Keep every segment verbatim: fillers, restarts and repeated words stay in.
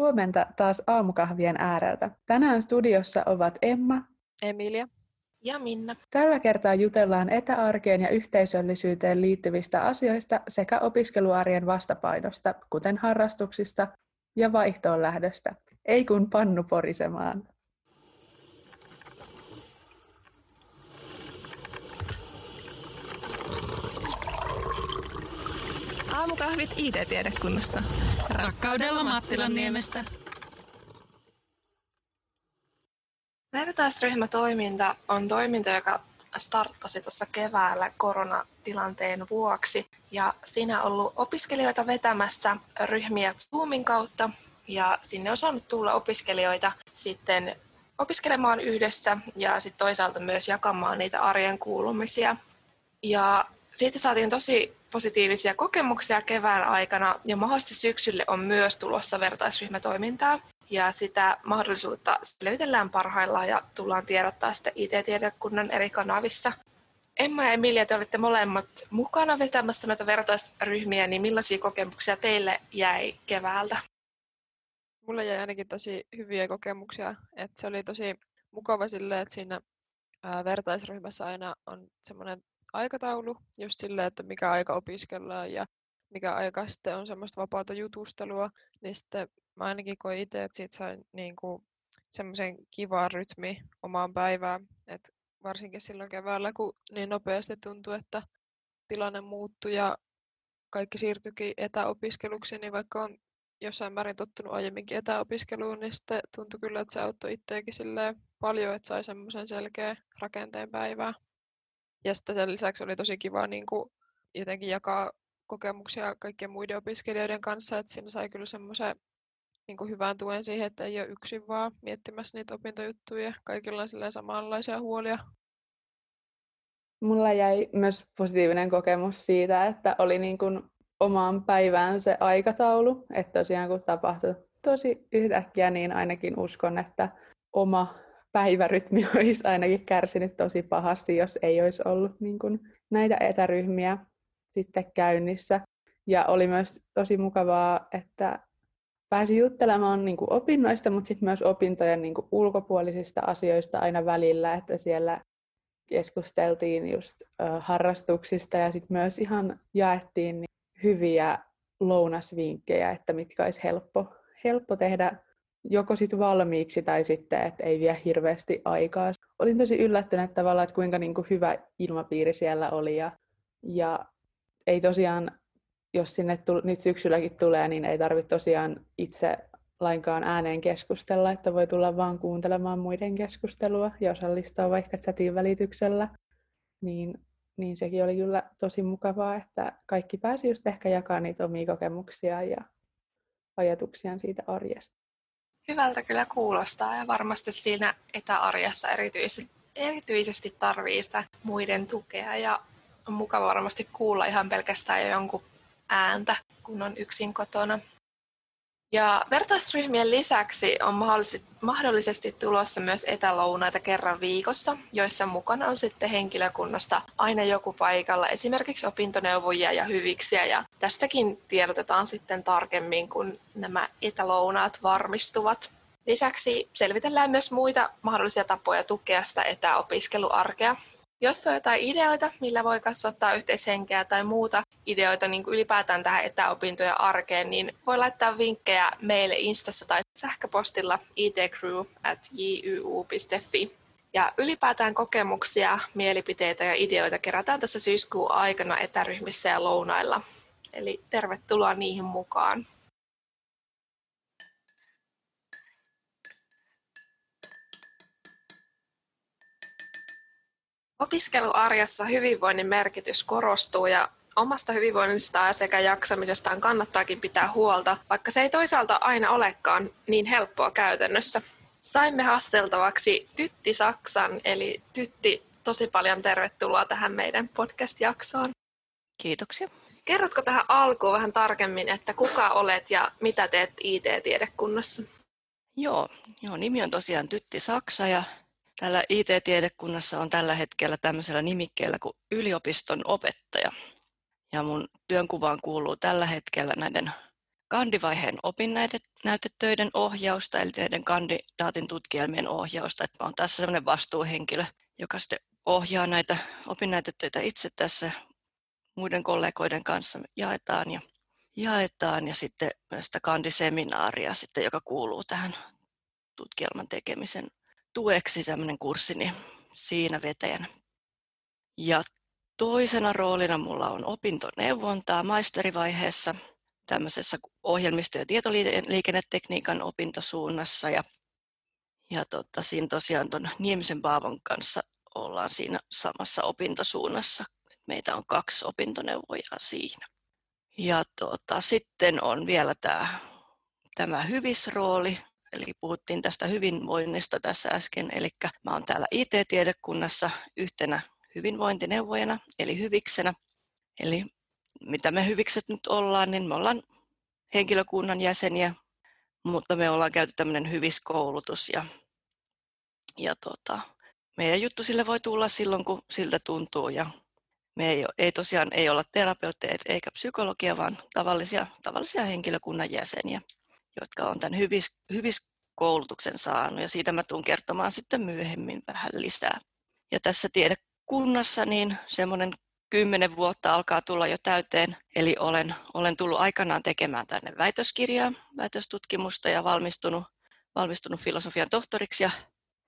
huomenta taas aamukahvien ääreltä. Tänään studiossa ovat Emma, Emilia ja Minna. Tällä kertaa jutellaan etäarkeen ja yhteisöllisyyteen liittyvistä asioista sekä opiskeluarjen vastapainosta, kuten harrastuksista ja vaihtoon lähdöstä. Ei kun pannu porisemaan. Aamukahvit I T-tiedekunnassa. Rakkaudella Mattilanniemestä. Vertaisryhmätoiminta on toiminta, joka starttasi tuossa keväällä koronatilanteen vuoksi. Ja siinä on ollut opiskelijoita vetämässä ryhmiä Zoomin kautta. Ja sinne on saanut tulla opiskelijoita sitten opiskelemaan yhdessä ja sitten toisaalta myös jakamaan niitä arjen kuulumisia. Ja siitä saatiin tosi positiivisia kokemuksia kevään aikana ja mahdollisesti syksylle on myös tulossa vertaisryhmätoimintaa. Ja sitä mahdollisuutta selvitellään parhaillaan ja tullaan tiedottaa sitten I T-tiedekunnan eri kanavissa. Emma ja Emilia, te olitte molemmat mukana vetämässä noita vertaisryhmiä, niin millaisia kokemuksia teille jäi keväältä? Mulle jäi ainakin tosi hyviä kokemuksia. Että se oli tosi mukava silleen, että siinä ää, vertaisryhmässä aina on semmoinen aikataulu just silleen, että mikä aika opiskellaan ja mikä aika sitten on semmoista vapaata jutustelua, niin sitten mä ainakin koin itse, että siitä sain niinku semmoisen kivan rytmi omaan päivään, että varsinkin silloin keväällä, kun niin nopeasti tuntui, että tilanne muuttui ja kaikki siirtyikin etäopiskeluksi, niin vaikka on jossain määrin tottunut aiemminkin etäopiskeluun, niin sitten tuntui kyllä, että se auttoi itseäkin silleen paljon, että sai semmoisen selkeän rakenteen päivää. Ja sitten sen lisäksi oli tosi kiva niin kuin jotenkin jakaa kokemuksia kaikkien muiden opiskelijoiden kanssa, että siinä sai kyllä semmoisen niin kuin hyvän tuen siihen, että ei ole yksin vaan miettimässä niitä opintojuttuja ja kaikilla on silleen samanlaisia huolia. Mulla jäi myös positiivinen kokemus siitä, että oli niin kuin omaan päivään se aikataulu, että tosiaan kun tapahtui tosi yhtäkkiä, niin ainakin uskon, että oma päivärytmi olisi ainakin kärsinyt tosi pahasti, jos ei olisi ollut niin kuin näitä etäryhmiä sitten käynnissä. Ja oli myös tosi mukavaa, että pääsi juttelemaan niin kuin opinnoista, mutta sitten myös opintojen niin kuin ulkopuolisista asioista aina välillä, että siellä keskusteltiin just äh, harrastuksista ja sitten myös ihan jaettiin niin hyviä lounasvinkkejä, että mitkä olisi helppo, helppo tehdä joko sit valmiiksi tai sitten, että ei vie hirveästi aikaa. Olin tosi yllättynyt tavallaan, että kuinka niin kuin hyvä ilmapiiri siellä oli ja, ja ei tosiaan, jos sinne tull, nyt syksylläkin tulee, niin ei tarvitse tosiaan itse lainkaan ääneen keskustella, että voi tulla vaan kuuntelemaan muiden keskustelua ja osallistua vaikka chatin välityksellä. Niin, niin sekin oli kyllä tosi mukavaa, että kaikki pääsi just ehkä jakamaan niitä omia kokemuksia ja ajatuksiaan siitä arjesta. Hyvältä kyllä kuulostaa ja varmasti siinä etäarjessa erityisesti, erityisesti tarvii sitä muiden tukea ja on mukava varmasti kuulla ihan pelkästään jo jonkun ääntä, kun on yksin kotona. Ja vertaisryhmien lisäksi on mahdollisesti tulossa myös etälounaita kerran viikossa, joissa mukana on sitten henkilökunnasta aina joku paikalla, esimerkiksi opintoneuvojia ja hyviksiä. Ja tästäkin tiedotetaan sitten tarkemmin, kun nämä etälounaat varmistuvat. Lisäksi selvitellään myös muita mahdollisia tapoja tukea sitä etäopiskeluarkea. Jos on jotain ideoita, millä voi kasvattaa yhteishenkeä tai muuta ideoita niin kuin ylipäätään tähän etäopintojen arkeen, niin voi laittaa vinkkejä meille Instassa tai sähköpostilla itcrew at j y u piste f i. Ja ylipäätään kokemuksia, mielipiteitä ja ideoita kerätään tässä syyskuun aikana etäryhmissä ja lounailla. Eli tervetuloa niihin mukaan. Opiskeluarjessa hyvinvoinnin merkitys korostuu ja omasta hyvinvoinnistaan sekä jaksamisestaan kannattaakin pitää huolta, vaikka se ei toisaalta aina olekaan niin helppoa käytännössä. Saimme haasteltavaksi Tytti Saksan, eli Tytti, tosi paljon tervetuloa tähän meidän podcast-jaksoon. Kiitoksia. Kerrotko tähän alkuun vähän tarkemmin, että kuka olet ja mitä teet I T-tiedekunnassa? Joo, joo, nimi on tosiaan Tytti Saksa ja täällä I T-tiedekunnassa on tällä hetkellä tämmöisellä nimikkeellä kuin yliopiston opettaja. Ja mun työnkuvaan kuuluu tällä hetkellä näiden kandivaiheen opinnäytetöiden ohjausta, eli näiden kandidaatin tutkielmien ohjausta. Että mä olen tässä sellainen vastuuhenkilö, joka sitten ohjaa näitä opinnäytetöitä itse tässä muiden kollegoiden kanssa jaetaan ja, jaetaan ja sitten myös sitä kandiseminaaria, sitten, joka kuuluu tähän tutkielman tekemisen tueksi, tämmöinen kurssini siinä vetäjänä. Ja toisena roolina mulla on opintoneuvontaa maisterivaiheessa tämmöisessä ohjelmisto- ja tietoliikennetekniikan opintosuunnassa. Ja, ja tota, siinä tosiaan tuon Niemisen Paavon kanssa ollaan siinä samassa opintosuunnassa. Meitä on kaksi opintoneuvojaa siinä. Ja tota, sitten on vielä tämä, tämä hyvisrooli, eli puhuttiin tästä hyvinvoinnista tässä äsken. Eli mä oon täällä I T-tiedekunnassa yhtenä hyvinvointineuvojana, eli hyviksenä. Eli mitä me hyvikset nyt ollaan, niin me ollaan henkilökunnan jäseniä, mutta me ollaan käyty tämmöinen hyviskoulutus. Ja, ja tota, meidän juttu sille voi tulla silloin, kun siltä tuntuu. Ja me ei, ei tosiaan ei olla terapeutteja eikä psykologia, vaan tavallisia, tavallisia henkilökunnan jäseniä, jotka on tämän hyvis, hyviskoulutuksen saanut. Ja siitä mä tuun kertomaan sitten myöhemmin vähän lisää. Ja tässä tiedekunnassa niin semmoinen kymmenen vuotta alkaa tulla jo täyteen. Eli olen, olen tullut aikanaan tekemään tänne väitöskirjaa, väitöstutkimusta ja valmistunut, valmistunut filosofian tohtoriksi. Ja,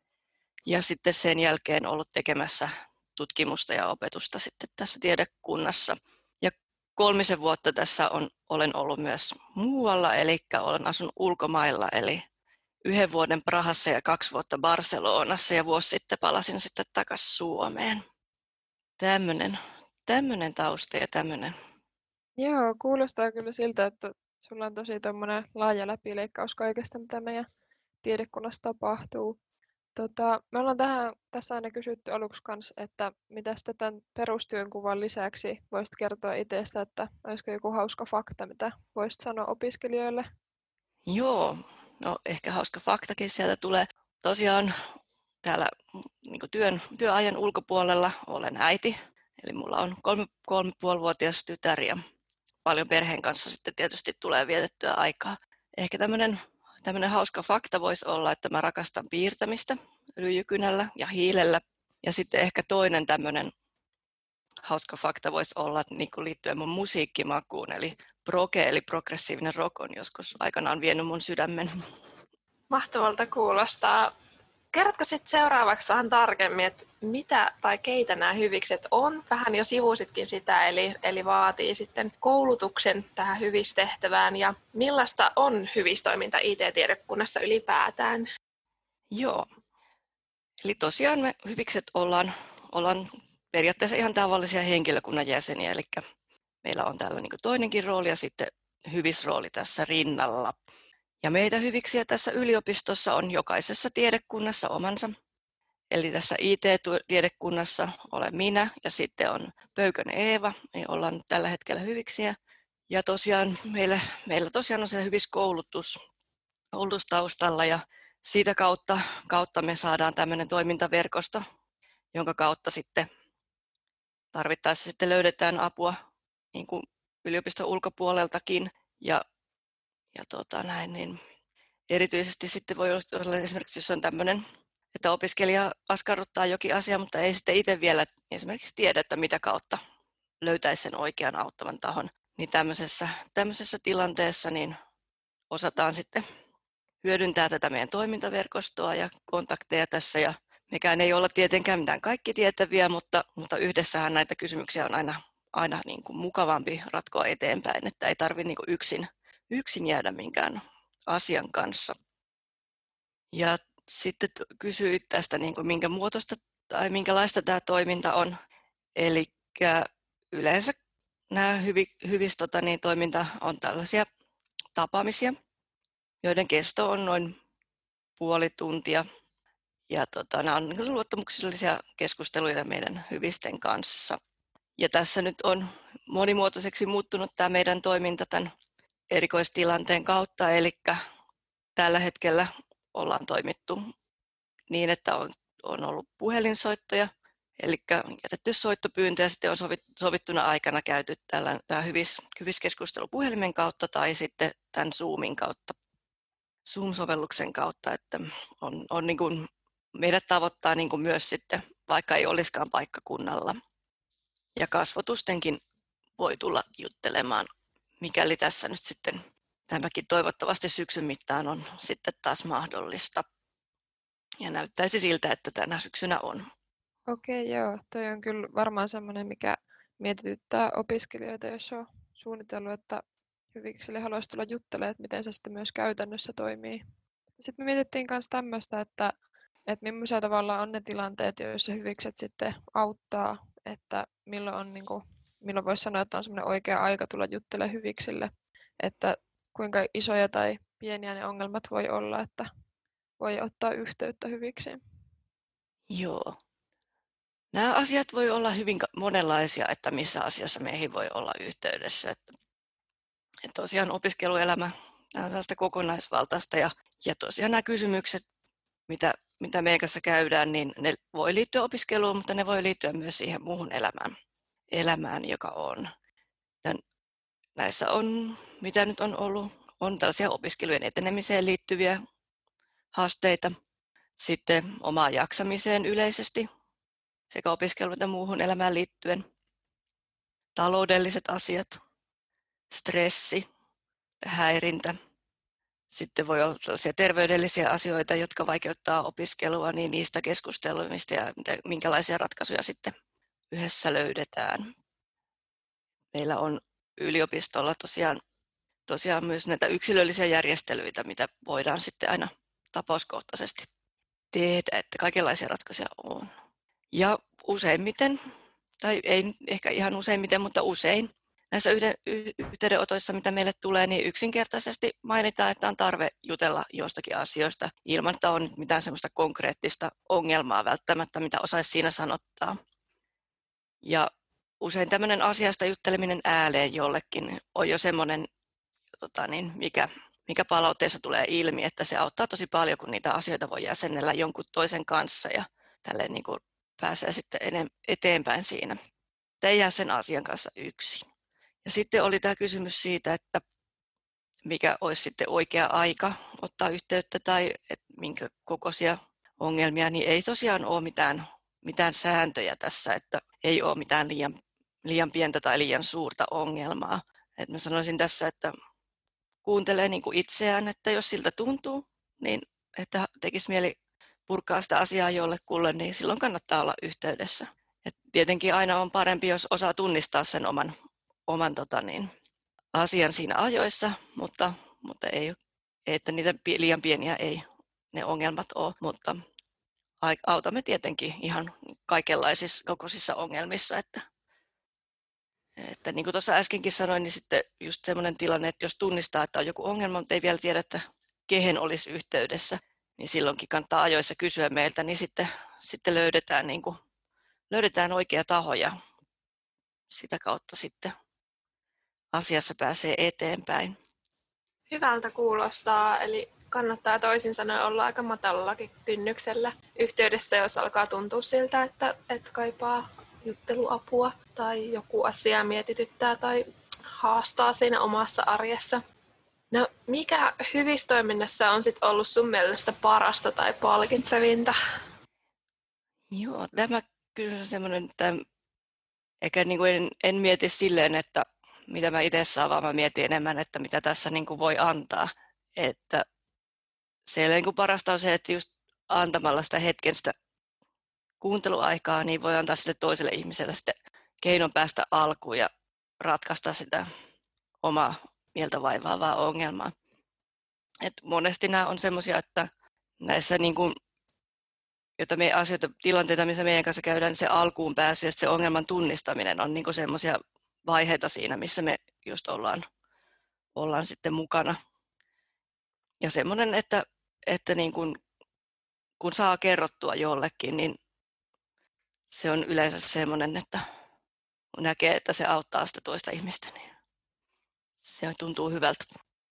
ja sitten sen jälkeen ollut tekemässä tutkimusta ja opetusta sitten tässä tiedekunnassa. Ja kolmisen vuotta tässä on, olen ollut myös muualla, eli olen asunut ulkomailla, eli yhden vuoden Prahassa ja kaksi vuotta Barcelonassa ja vuosi sitten palasin sitten takaisin Suomeen. Tämmöinen, tämmöinen tausta ja tämmöinen. Joo, kuulostaa kyllä siltä, että sulla on tosi tommonen laaja läpileikkaus kaikesta, mitä meidän tiedekunnassa tapahtuu. Tota, me ollaan tähän, tässä aina kysytty aluksi kanssa, että mitä sitten tämän perustyönkuvan lisäksi voisit kertoa itsestä, että olisiko joku hauska fakta, mitä voisit sanoa opiskelijoille? Joo, no ehkä hauska faktakin sieltä tulee. Tosiaan täällä niin kuin työn, työajan ulkopuolella olen äiti, eli mulla on kolme, kolme puolivuotias tytär ja paljon perheen kanssa sitten tietysti tulee vietettyä aikaa. Ehkä tämmöinen Tämmöinen hauska fakta voisi olla, että mä rakastan piirtämistä lyijykynällä ja hiilellä. Ja sitten ehkä toinen tämmöinen hauska fakta voisi olla niin kuin liittyen mun musiikkimakuun, eli proge, eli progressiivinen rock on joskus aikanaan vienyt mun sydämen. Mahtavalta kuulostaa. Kerrotko sitten seuraavaksi vähän tarkemmin, että mitä tai keitä nämä hyvikset on? Vähän jo sivusitkin sitä, eli, eli vaatii sitten koulutuksen tähän hyvistehtävään. Ja millaista on hyvistoiminta I T-tiedekunnassa ylipäätään? Joo, eli tosiaan me hyvikset ollaan, ollaan periaatteessa ihan tavallisia henkilökunnan jäseniä, eli meillä on täällä niin kuin toinenkin rooli ja sitten hyvisrooli tässä rinnalla. Ja meitä hyviksiä tässä yliopistossa on jokaisessa tiedekunnassa omansa. Eli tässä I T-tiedekunnassa olen minä ja sitten on Pöykönen Eeva, me ollaan tällä hetkellä hyviksiä. Ja tosiaan meillä, meillä tosiaan on se hyviskoulutus koulutustaustalla ja siitä kautta, kautta me saadaan tämmöinen toimintaverkosto, jonka kautta sitten tarvittaessa sitten löydetään apua niin kuin yliopiston ulkopuoleltakin. Ja, ja tota näin, niin erityisesti sitten voi olla esimerkiksi, jos on tämmöinen, että opiskelija askarruttaa jokin asia, mutta ei sitten itse vielä esimerkiksi tiedä, että mitä kautta löytäisi sen oikean auttavan tahon, niin tämmöisessä, tämmöisessä tilanteessa niin osataan sitten hyödyntää tätä meidän toimintaverkostoa ja kontakteja tässä. Ja mekään ei olla tietenkään mitään kaikki tietäviä, mutta, mutta yhdessähän näitä kysymyksiä on aina, aina niin kuin mukavampi ratkoa eteenpäin, että ei tarvitse niin kuin yksin, yksin jäädä minkään asian kanssa. Ja sitten kysyit tästä, niin kuin minkä muotoista tai minkälaista tämä toiminta on. Eli yleensä nämä hyvi, hyvis, tota, niin, toiminta on tällaisia tapaamisia, joiden kesto on noin puoli tuntia. Ja tota, nämä on luottamuksellisia keskusteluja meidän hyvisten kanssa. Ja tässä nyt on monimuotoiseksi muuttunut tämä meidän toiminta tämän erikoistilanteen kautta. Eli tällä hetkellä ollaan toimittu niin, että on, on ollut puhelinsoittoja Eli jätetty soittopyyntö ja sitten on sovittuna aikana käyty tällä, tämä hyvis, hyviskeskustelu puhelimen kautta tai sitten tämän Zoomin kautta, Zoom-sovelluksen kautta, että on, on niin kuin, meidät tavoittaa niin kuin myös sitten, vaikka ei olisikaan paikkakunnalla. Ja kasvotustenkin voi tulla juttelemaan, mikäli tässä nyt sitten tämäkin toivottavasti syksyn mittaan on sitten taas mahdollista. Ja näyttäisi siltä, että tänä syksynä on. Okei, joo. Toi on kyllä varmaan semmoinen, mikä mietityttää opiskelijoita, jos on suunnitellut, että hyvikselle haluaisi tulla juttelemaan, että miten se sitten myös käytännössä toimii. Sitten me mietittiin myös tämmöistä, että, että millaisia tavalla on ne tilanteet, joissa hyvikset sitten auttaa, että milloin, on, niin kuin, milloin voisi sanoa, että on semmoinen oikea aika tulla juttelemaan hyviksille, että kuinka isoja tai pieniä ne ongelmat voi olla, että voi ottaa yhteyttä hyviksiin. Joo. Nämä asiat voi olla hyvin monenlaisia, että missä asiassa meihin voi olla yhteydessä. Että, että tosiaan opiskeluelämä on sellaista kokonaisvaltaista ja, ja tosiaan nämä kysymykset, mitä, mitä meidän kanssa käydään, niin ne voi liittyä opiskeluun, mutta ne voi liittyä myös siihen muuhun elämään, elämään joka on. Ja näissä on, mitä nyt on ollut, on tällaisia opiskelujen etenemiseen liittyviä haasteita, sitten omaan jaksamiseen yleisesti, sekä opiskeluun että muuhun elämään liittyen. Taloudelliset asiat, stressi, häirintä. Sitten voi olla sellaisia terveydellisiä asioita, jotka vaikeuttaa opiskelua, niin niistä keskusteluista ja minkälaisia ratkaisuja sitten yhdessä löydetään. Meillä on yliopistolla tosiaan, tosiaan myös näitä yksilöllisiä järjestelyitä, mitä voidaan sitten aina tapauskohtaisesti tehdä, että kaikenlaisia ratkaisuja on. Ja useimmiten, tai ei ehkä ihan useimmiten, mutta usein näissä yhden, yhteydenotoissa, mitä meille tulee, niin yksinkertaisesti mainitaan, että on tarve jutella jostakin asioista ilman, että on mitään semmoista konkreettista ongelmaa välttämättä, mitä osaisi siinä sanottaa. Ja usein tämmöinen asiasta jutteleminen ääneen jollekin on jo semmoinen, tota niin, mikä, mikä palautteessa tulee ilmi, että se auttaa tosi paljon, kun niitä asioita voi jäsennellä jonkun toisen kanssa ja tälleen niin kuin pääsee sitten eteenpäin siinä. Ei jää sen asian kanssa yksin. Ja sitten oli tämä kysymys siitä, että mikä olisi sitten oikea aika ottaa yhteyttä tai että minkä kokoisia ongelmia, niin ei tosiaan ole mitään, mitään sääntöjä tässä, että ei ole mitään liian, liian pientä tai liian suurta ongelmaa. Et mä sanoisin tässä, että kuuntelee niin kuin itseään, että jos siltä tuntuu, niin että tekisi mieli purkaa sitä asiaa jollekulle, niin silloin kannattaa olla yhteydessä. Et tietenkin aina on parempi, jos osaa tunnistaa sen oman, oman tota niin, asian siinä ajoissa, mutta, mutta ei, että niitä liian pieniä ei ne ongelmat ole, mutta autamme tietenkin ihan kaikenlaisissa kokoisissa ongelmissa. Että, että niin kuin tuossa äskenkin sanoin, niin sitten just semmoinen tilanne, että jos tunnistaa, että on joku ongelma, mutta ei vielä tiedä, että kehen olisi yhteydessä, niin silloinkin kannattaa ajoissa kysyä meiltä, niin sitten, sitten löydetään, niin kuin, löydetään oikea taho ja sitä kautta sitten asiassa pääsee eteenpäin. Hyvältä kuulostaa, eli kannattaa toisin sanoen olla aika matalallakin kynnyksellä yhteydessä, jos alkaa tuntua siltä, että et kaipaa jutteluapua tai joku asia mietityttää tai haastaa siinä omassa arjessa. No, mikä hyvistoiminnassa on sitten ollut sun mielestä parasta tai palkitsevinta? Joo, tämä kyllä on semmoinen, että eikä niin kuin en, en mieti silleen, että mitä mä itse saan, vaan mä mietin enemmän, että mitä tässä niin kuin voi antaa. Että siellä niin kuin parasta on se, että just antamalla sitä hetken sitä kuunteluaikaa, niin voi antaa sille toiselle ihmiselle sitten keinon päästä alkuun ja ratkaista sitä omaa mieltä vaivaavaa ongelmaa. Et monesti nämä on semmoisia, että näissä niin kuin, joita me asioita, tilanteita, missä meidän kanssa käydään, se alkuun pääsy ja se ongelman tunnistaminen on niin kuin semmoisia vaiheita siinä, missä me just ollaan, ollaan sitten mukana. Ja semmoinen, että, että niin kuin, kun saa kerrottua jollekin, niin se on yleensä semmoinen, että kun näkee, että se auttaa sitä toista ihmistä, niin se tuntuu hyvältä.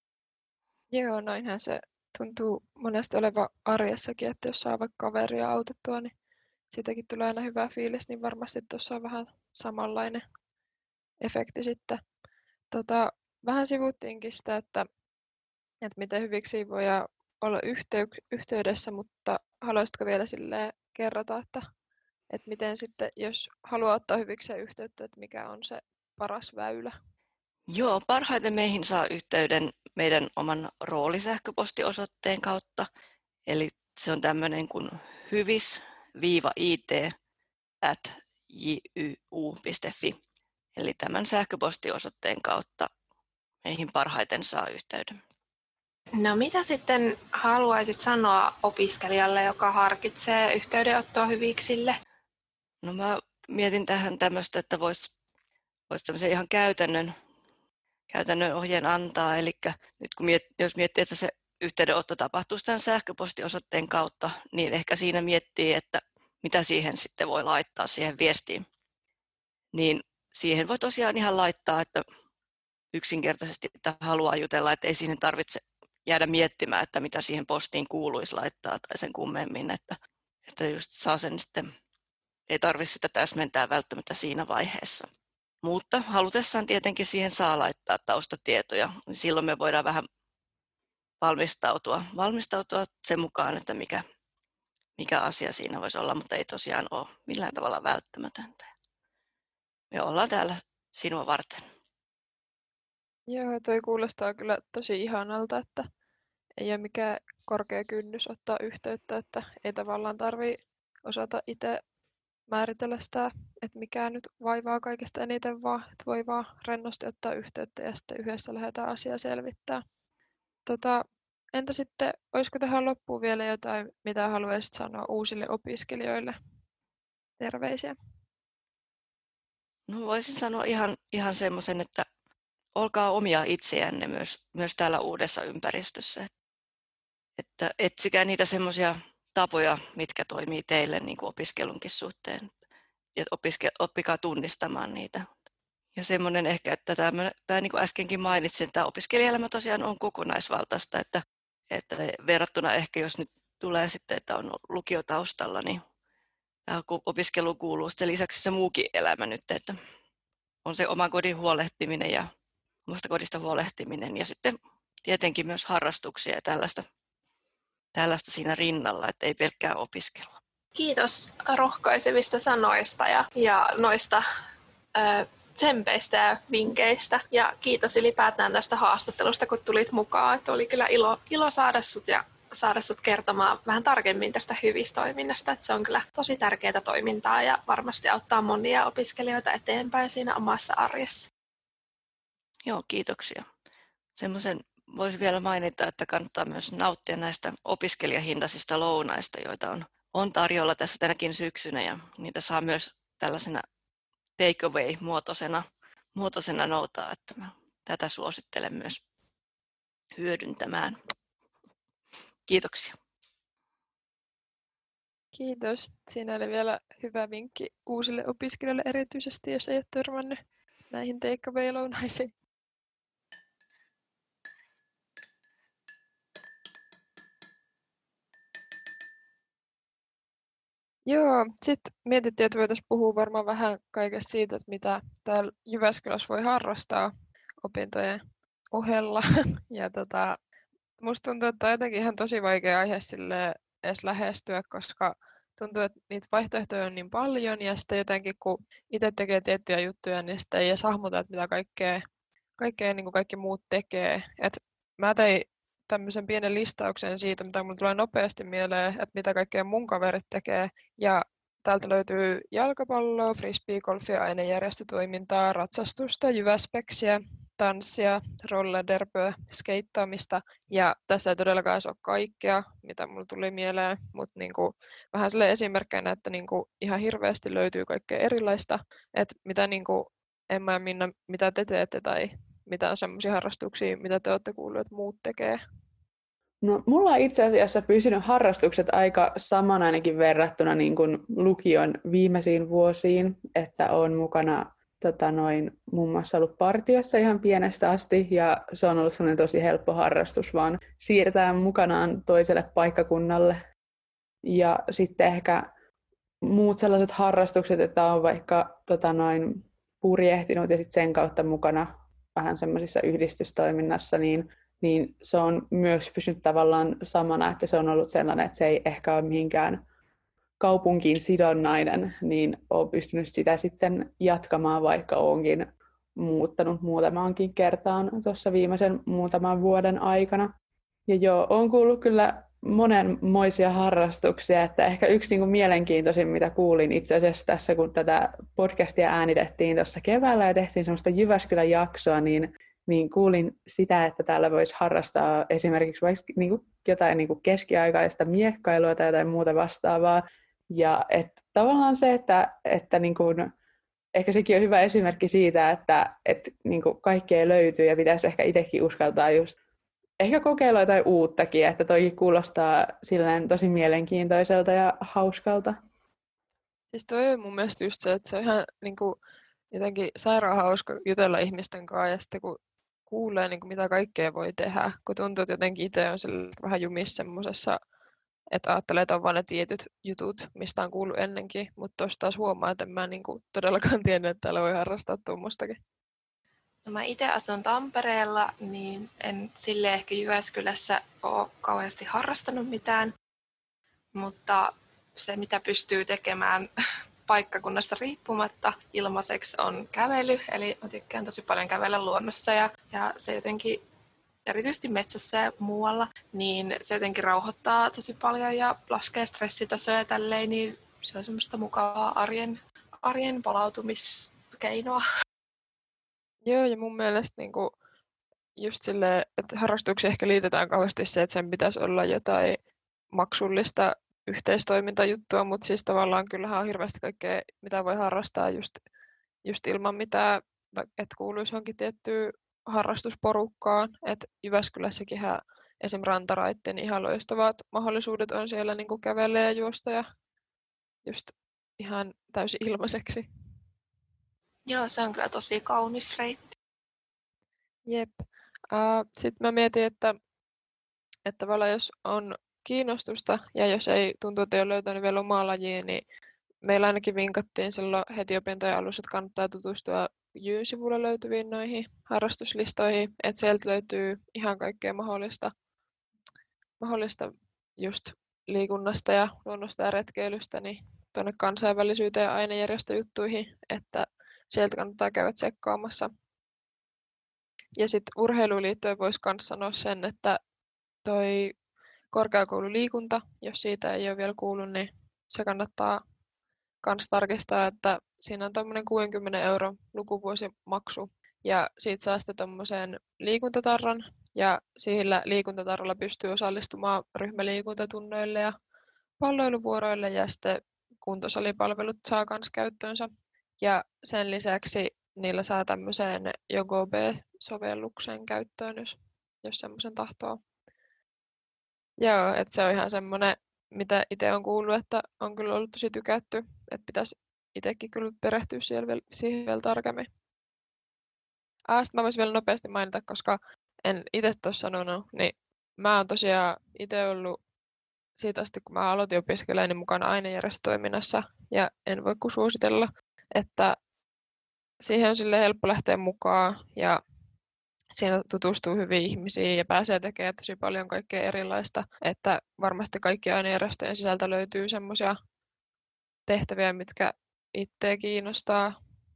Joo, noinhan se tuntuu monesti olevan arjessakin, että jos saa vaikka kaveria autettua, niin siitäkin tulee aina hyvä fiilis, niin varmasti tuossa on vähän samanlainen efekti sitten. Tota, vähän sivuttiinkin sitä, että, että miten hyviksi voi olla yhtey- yhteydessä, mutta haluaisitko vielä silleen kerrata, että, että miten sitten, jos haluaa ottaa hyvikseen yhteyttä, että mikä on se paras väylä? Joo, parhaiten meihin saa yhteyden meidän oman roolisähköpostiosoitteen kautta. Eli se on tämmöinen kuin hyvis-it at j y u piste f i. Eli tämän sähköpostiosoitteen kautta meihin parhaiten saa yhteyden. No mitä sitten haluaisit sanoa opiskelijalle, joka harkitsee yhteydenottoa hyviksille? No mä mietin tähän tämmöistä, että voisi vois tämmöisen ihan käytännön, käytännön ohjeen antaa. Eli nyt kun miet, jos miettii, että se yhteydenotto tapahtuu tämän sähköpostiosoitteen kautta, niin ehkä siinä miettii, että mitä siihen sitten voi laittaa siihen viestiin. Niin siihen voi tosiaan ihan laittaa, että yksinkertaisesti että haluaa jutella, että ei siihen tarvitse jäädä miettimään, että mitä siihen postiin kuuluisi laittaa tai sen kummemmin, että, että just saa sen sitten, ei tarvitse sitä täsmentää välttämättä siinä vaiheessa. Mutta halutessaan tietenkin siihen saa laittaa taustatietoja, niin silloin me voidaan vähän valmistautua, valmistautua sen mukaan, että mikä, mikä asia siinä voisi olla, mutta ei tosiaan ole millään tavalla välttämätöntä. Me ollaan täällä sinua varten. Joo, toi kuulostaa kyllä tosi ihanalta, että ei ole mikään korkea kynnys ottaa yhteyttä, että ei tavallaan tarvitse osata itse määritellä sitä, että mikä nyt vaivaa kaikesta eniten, vaan että voi vaan rennosti ottaa yhteyttä ja sitten yhdessä lähdetään asiaa selvittämään. Tota, entä sitten, olisiko tähän loppuun vielä jotain, mitä haluaisit sanoa uusille opiskelijoille? Terveisiä. No voisin sanoa ihan, ihan semmoisen, että olkaa omia itseänne myös, myös täällä uudessa ympäristössä. Että etsikää niitä semmoisia tapoja, mitkä toimii teille niin kuin opiskelunkin suhteen. Ja opiske, oppikaa tunnistamaan niitä. Ja semmoinen ehkä, että tämä, tämä niin kuin äskenkin mainitsin, että tämä opiskelijaelämä tosiaan on kokonaisvaltaista, että, että verrattuna ehkä jos nyt tulee sitten, että on lukiotaustalla, niin tämä opiskelu kuuluu sitten lisäksi se muukin elämä nyt, että on se oma kodin huolehtiminen ja omasta kodista huolehtiminen ja sitten tietenkin myös harrastuksia ja tällaista, tällaista siinä rinnalla, että ei pelkkää opiskelua. Kiitos rohkaisevista sanoista ja, ja noista ö, tsempeistä ja vinkkeistä. Ja kiitos ylipäätään tästä haastattelusta, kun tulit mukaan. Että oli kyllä ilo, ilo saada sut ja saada sut kertomaan vähän tarkemmin tästä hyvistoiminnasta. Että se on kyllä tosi tärkeää toimintaa ja varmasti auttaa monia opiskelijoita eteenpäin siinä omassa arjessa. Joo, kiitoksia. Semmoisen voisi vielä mainita, että kannattaa myös nauttia näistä opiskelijahintaisista lounaista, joita on, on tarjolla tässä tänäkin syksynä ja niitä saa myös tällaisena takeaway-muotoisena muotoisena noutaa, että mä tätä suosittelen myös hyödyntämään. Kiitoksia. Kiitos. Siinä oli vielä hyvä vinkki uusille opiskelijoille erityisesti, jos ei ole törmännyt näihin takeaway-lounaisiin. Joo, sitten mietittiin, että voitaisiin puhua varmaan vähän kaikesta siitä, että mitä täällä Jyväskylässä voi harrastaa opintojen ohella. Ja tota, musta tuntuu, että on jotenkin ihan tosi vaikea aihe sille edes lähestyä, koska tuntuu, että niitä vaihtoehtoja on niin paljon ja sitten jotenkin kun itse tekee tiettyjä juttuja, niin sitten ei edes hahmota, että mitä kaikkea, kaikkea niin kuin kaikki muut tekee. Et mä tein tämmöisen pienen listauksen siitä, mitä mulle tulee nopeasti mieleen, että mitä kaikkea mun kaverit tekee. Ja täältä löytyy jalkapalloa, frisbeegolfia, ainejärjestötoimintaa, ratsastusta, jyväspeksiä, tanssia, rollerderpöä, skeittaamista. Ja tässä ei todellakaan ole kaikkea, mitä mulle tuli mieleen, mutta niinku, vähän sille esimerkkinä, että niinku, ihan hirveästi löytyy kaikkea erilaista. Että mitä niinku, Emma ja Minna, mitä te teette tai mitä on semmoisia harrastuksia, mitä te olette kuulleet, että muut tekee? No, mulla on itse asiassa pysynyt harrastukset aika saman ainakin verrattuna niin kuin lukion viimeisiin vuosiin, että olen mukana tota noin, muun muassa ollut partiossa ihan pienestä asti ja se on ollut sellainen tosi helppo harrastus vaan siirtää mukanaan toiselle paikkakunnalle. Ja sitten ehkä muut sellaiset harrastukset, että on vaikka tota noin, purjehtinut ja sit sen kautta mukana vähän semmoisissa yhdistystoiminnassa, niin, niin se on myös pysynyt tavallaan samana, että se on ollut sellainen, että se ei ehkä ole mihinkään kaupunkiin sidonnainen, niin olen pystynyt sitä sitten jatkamaan, vaikka olenkin muuttanut muutamaankin kertaan tuossa viimeisen muutaman vuoden aikana. Ja joo, olen kuullut kyllä monenmoisia harrastuksia, että ehkä yksi niin kuin mielenkiintoisin, mitä kuulin itse asiassa tässä, kun tätä podcastia äänitettiin tuossa keväällä ja tehtiin semmoista Jyväskylän jaksoa, niin, niin kuulin sitä, että täällä voisi harrastaa esimerkiksi vaikka niin kuin jotain niin kuin keskiaikaista miekkailua tai jotain muuta vastaavaa. Ja että tavallaan se, että, että niin kuin, ehkä sekin on hyvä esimerkki siitä, että, että niin kuin kaikkea löytyy ja pitäisi ehkä itsekin uskaltaa just ehkä kokeilla jotain uuttakin, että toikin kuulostaa silleen tosi mielenkiintoiselta ja hauskalta. Siis toi on mun mielestä just se, että se on ihan niin kuin, jotenkin sairaan hauska jutella ihmisten kanssa ja sitten kun kuulee niin kuin, mitä kaikkea voi tehdä, kun tuntuu, että jotenkin itse on vähän jumissa semmosessa, että ajattelee, että on vaan ne tietyt jutut, mistä on kuullut ennenkin, mutta tuossa taas huomaa, että en mä niin kuin, todellakaan tiennyt, että täällä voi harrastaa tuommoistakin. No mä itse asun Tampereella, niin en sille ehkä Jyväskylässä ole kauheasti harrastanut mitään, mutta se mitä pystyy tekemään paikkakunnasta riippumatta ilmaiseksi on kävely, eli mä tykkään tosi paljon kävellä luonnossa ja, ja se jotenkin erityisesti metsässä ja muualla, niin se jotenkin rauhoittaa tosi paljon ja laskee stressitasoja ja tälleen, niin se on semmoista mukavaa arjen, arjen palautumiskeinoa. Joo, ja mun mielestä niinku, just silleen, että harrastuksiin ehkä liitetään kauheasti se, että sen pitäisi olla jotain maksullista yhteistoimintajuttua, mutta siis tavallaan kyllähän on hirveästi kaikkea, mitä voi harrastaa just, just ilman mitään, että kuuluisi johonkin tiettyyn harrastusporukkaan. Että Jyväskylässäkinhän esim. Rantaraitte, niin ihan loistavat mahdollisuudet on siellä niinku kävellä ja juosta ja just ihan täysin ilmaiseksi. Joo, se on kyllä tosi kaunis reitti. Jep. Uh, Sitten mä mietin, että, että tavallaan jos on kiinnostusta ja jos ei tuntuu, että ei ole löytänyt vielä omaa lajia, niin meillä ainakin vinkattiin silloin heti opintojen alussa, että kannattaa tutustua Jyn sivulla löytyviin noihin harrastuslistoihin, että sieltä löytyy ihan kaikkea mahdollista, mahdollista just liikunnasta ja luonnosta ja retkeilystä niin tuonne kansainvälisyyteen ja ainejärjestöjuttuihin, että sieltä kannattaa käydä tsekkaamassa. Ja sitten urheiluun liittyen voisi myös sanoa sen, että toi korkeakoululiikunta, jos siitä ei ole vielä kuullut, niin se kannattaa myös tarkistaa, että siinä on tämmöinen kuusikymmentä euron lukuvuosimaksu ja siitä saa sitten tuommoisen liikuntatarran ja sillä liikuntatarralla pystyy osallistumaan ryhmäliikuntatunnoille ja palloiluvuoroille ja sitten kuntosalipalvelut saa myös käyttöönsä. Ja sen lisäksi niillä saa tämmöiseen JogoB-sovelluksen käyttöön, jos, jos semmoisen tahtoo. Joo, että se on ihan semmoinen, mitä itse on kuullut, että on kyllä ollut tosi tykätty, että pitäisi itsekin kyllä perehtyä vielä, siihen vielä tarkemmin. Ah, sitten mä voisin vielä nopeasti mainita, koska en itse tuossa sanonut, niin mä oon tosiaan itse ollut siitä asti, kun mä aloitin opiskelemaan, niin mukana ainejärjestötoiminnassa ja en voi kuin suositella, että siihen on sille helppo lähteä mukaan ja siinä tutustuu hyviin ihmisiin ja pääsee tekemään tosi paljon kaikkea erilaista, että varmasti kaikki ainejärjestöjen sisältä löytyy semmoisia tehtäviä, mitkä itseä kiinnostaa.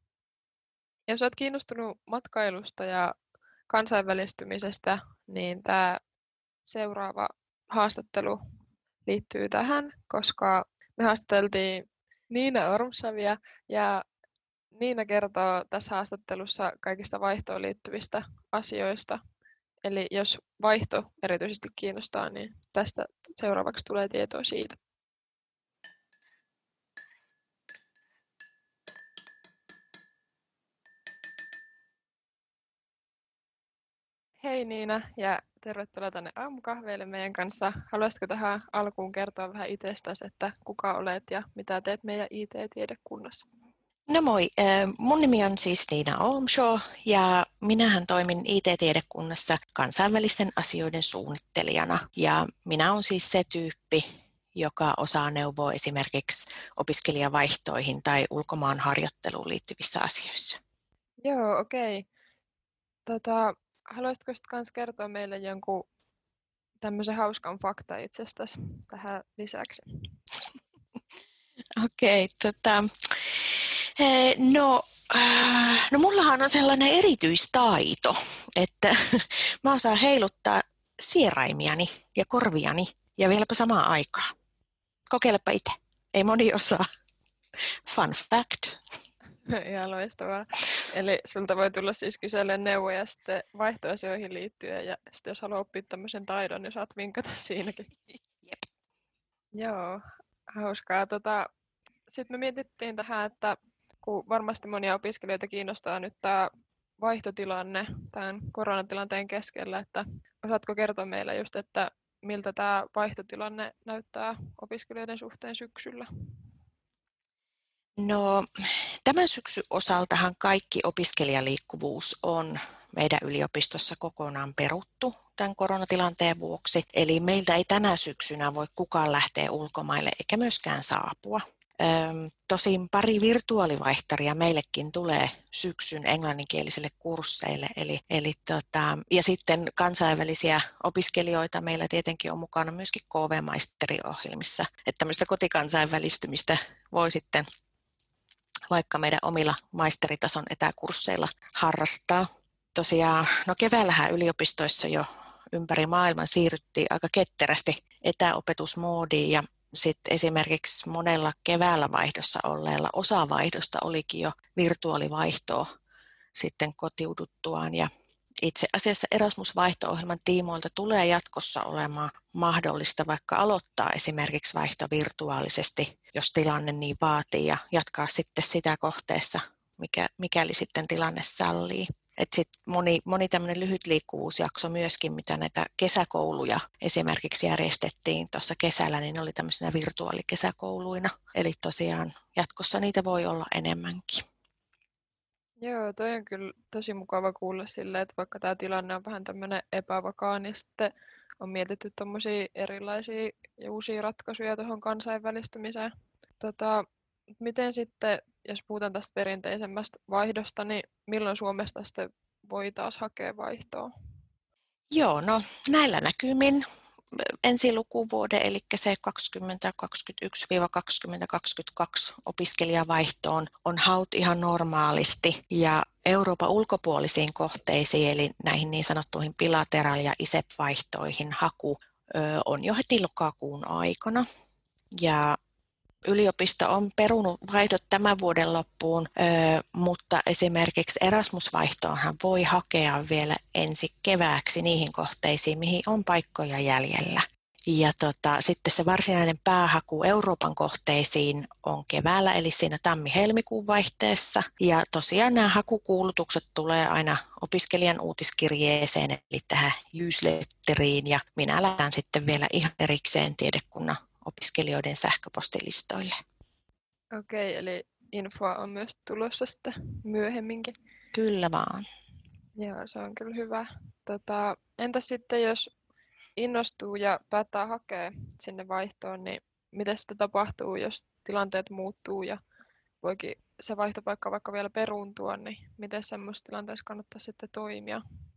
Jos olet kiinnostunut matkailusta ja kansainvälistymisestä, niin tämä seuraava haastattelu liittyy tähän, koska me haastateltiin Niina Ormsavia ja Niina kertoo tässä haastattelussa kaikista vaihtoon liittyvistä asioista. Eli jos vaihto erityisesti kiinnostaa, niin tästä seuraavaksi tulee tietoa siitä. Hei Niina ja tervetuloa tänne aamukahveille meidän kanssa. Haluaisitko tähän alkuun kertoa vähän itsestäsi, että kuka olet ja mitä teet meidän I T-tiedekunnassa? No moi, mun nimi on siis Niina Ormshaw ja minähän toimin I T-tiedekunnassa kansainvälisten asioiden suunnittelijana. Ja minä olen siis se tyyppi, joka osaa neuvoa esimerkiksi opiskelijavaihtoihin tai ulkomaan harjoitteluun liittyvissä asioissa. Joo, okei. Tota, haluaisitko sitten kans kertoa meille jonkun tämmöisen hauskan fakta itsestäsi tähän lisäksi? Okei, tota, eh, no, äh, no mullahan on sellainen erityistaito, että mä osaan heiluttaa sieraimiani ja korviani ja vieläpä samaan aikaan. Kokeilepa itse, ei moni osaa. Fun fact. Ihan loistavaa. Eli sulta voi tulla siis kysellä neuvoja sitten vaihtoasioihin liittyen ja sitten jos haluaa oppia tämmöisen taidon, niin saat vinkata siinäkin. Jep. Joo, hauskaa. Tota, sitten me mietittiin tähän, että kun varmasti monia opiskelijoita kiinnostaa nyt tämä vaihtotilanne tämän koronatilanteen keskellä, että osaatko kertoa meille just, että miltä tämä vaihtotilanne näyttää opiskelijoiden suhteen syksyllä? No, tämän syksyn osaltahan kaikki opiskelijaliikkuvuus on meidän yliopistossa kokonaan peruttu tämän koronatilanteen vuoksi. Eli meiltä ei tänä syksynä voi kukaan lähteä ulkomaille eikä myöskään saapua. Öm, tosin pari virtuaalivaihtaria meillekin tulee syksyn englanninkielisille kursseille. Eli, eli tota, ja sitten kansainvälisiä opiskelijoita meillä tietenkin on mukana myöskin K V-maisteriohjelmissa. Että tämmöistä kotikansainvälistymistä voi sitten vaikka meidän omilla maisteritason etäkursseilla harrastaa. Tosiaan, no keväällähän yliopistoissa jo ympäri maailman siirryttiin aika ketterästi etäopetusmoodiin ja sitten esimerkiksi monella keväällä vaihdossa olleella osavaihdosta olikin jo virtuaalivaihtoa sitten kotiuduttuaan ja itse asiassa Erasmus-vaihto-ohjelman tiimoilta tulee jatkossa olemaan mahdollista vaikka aloittaa esimerkiksi vaihto virtuaalisesti, jos tilanne niin vaatii, ja jatkaa sitten sitä kohteessa, mikä, mikäli sitten tilanne sallii. Et sit moni, moni tämmöinen lyhyt liikkuvuusjakso myöskin, mitä näitä kesäkouluja esimerkiksi järjestettiin tuossa kesällä, niin ne oli tämmöisenä virtuaalikesäkouluina. Eli tosiaan jatkossa niitä voi olla enemmänkin. Joo, toi on kyllä tosi mukava kuulla silleen, että vaikka tämä tilanne on vähän tämmöinen epävakaa, niin sitten on mietitty tommosia erilaisia ja uusia ratkaisuja tuohon kansainvälistymiseen. Tota, miten sitten, jos puhutaan tästä perinteisemmästä vaihdosta, niin milloin Suomesta sitten voi taas hakea vaihtoa? Joo, no näillä näkymin ensi lukuvuoden, eli se kaksituhattakaksikymmentäyksi kaksituhattakaksikymmentäkaksi opiskelijavaihtoon on haut ihan normaalisti ja Euroopan ulkopuolisiin kohteisiin, eli näihin niin sanottuihin bilateraal- ja I S E P-vaihtoihin haku on jo heti lokakuun aikana. Ja yliopisto on perunut vaihdot tämän vuoden loppuun, mutta esimerkiksi Erasmus-vaihtoonhan voi hakea vielä ensi kevääksi niihin kohteisiin, mihin on paikkoja jäljellä. Ja tota, sitten se varsinainen päähaku Euroopan kohteisiin on keväällä, eli siinä tammi-helmikuun vaihteessa. Ja tosiaan nämä hakukuulutukset tulee aina opiskelijan uutiskirjeeseen, eli tähän newsletteriin, ja minä lähetän sitten vielä ihan erikseen tiedekunnan opiskelijoiden sähköpostilistoille. Okei, eli infoa on myös tulossa sitten myöhemminkin. Kyllä vaan. Joo, se on kyllä hyvä. Tota, entäs sitten, jos innostuu ja päättää hakea sinne vaihtoon, niin mitä sitten tapahtuu, jos tilanteet muuttuu ja voikin se vaihtopaikka vaikka vielä peruuntua, niin miten semmoisessa tilanteessa kannattaa sitten toimia?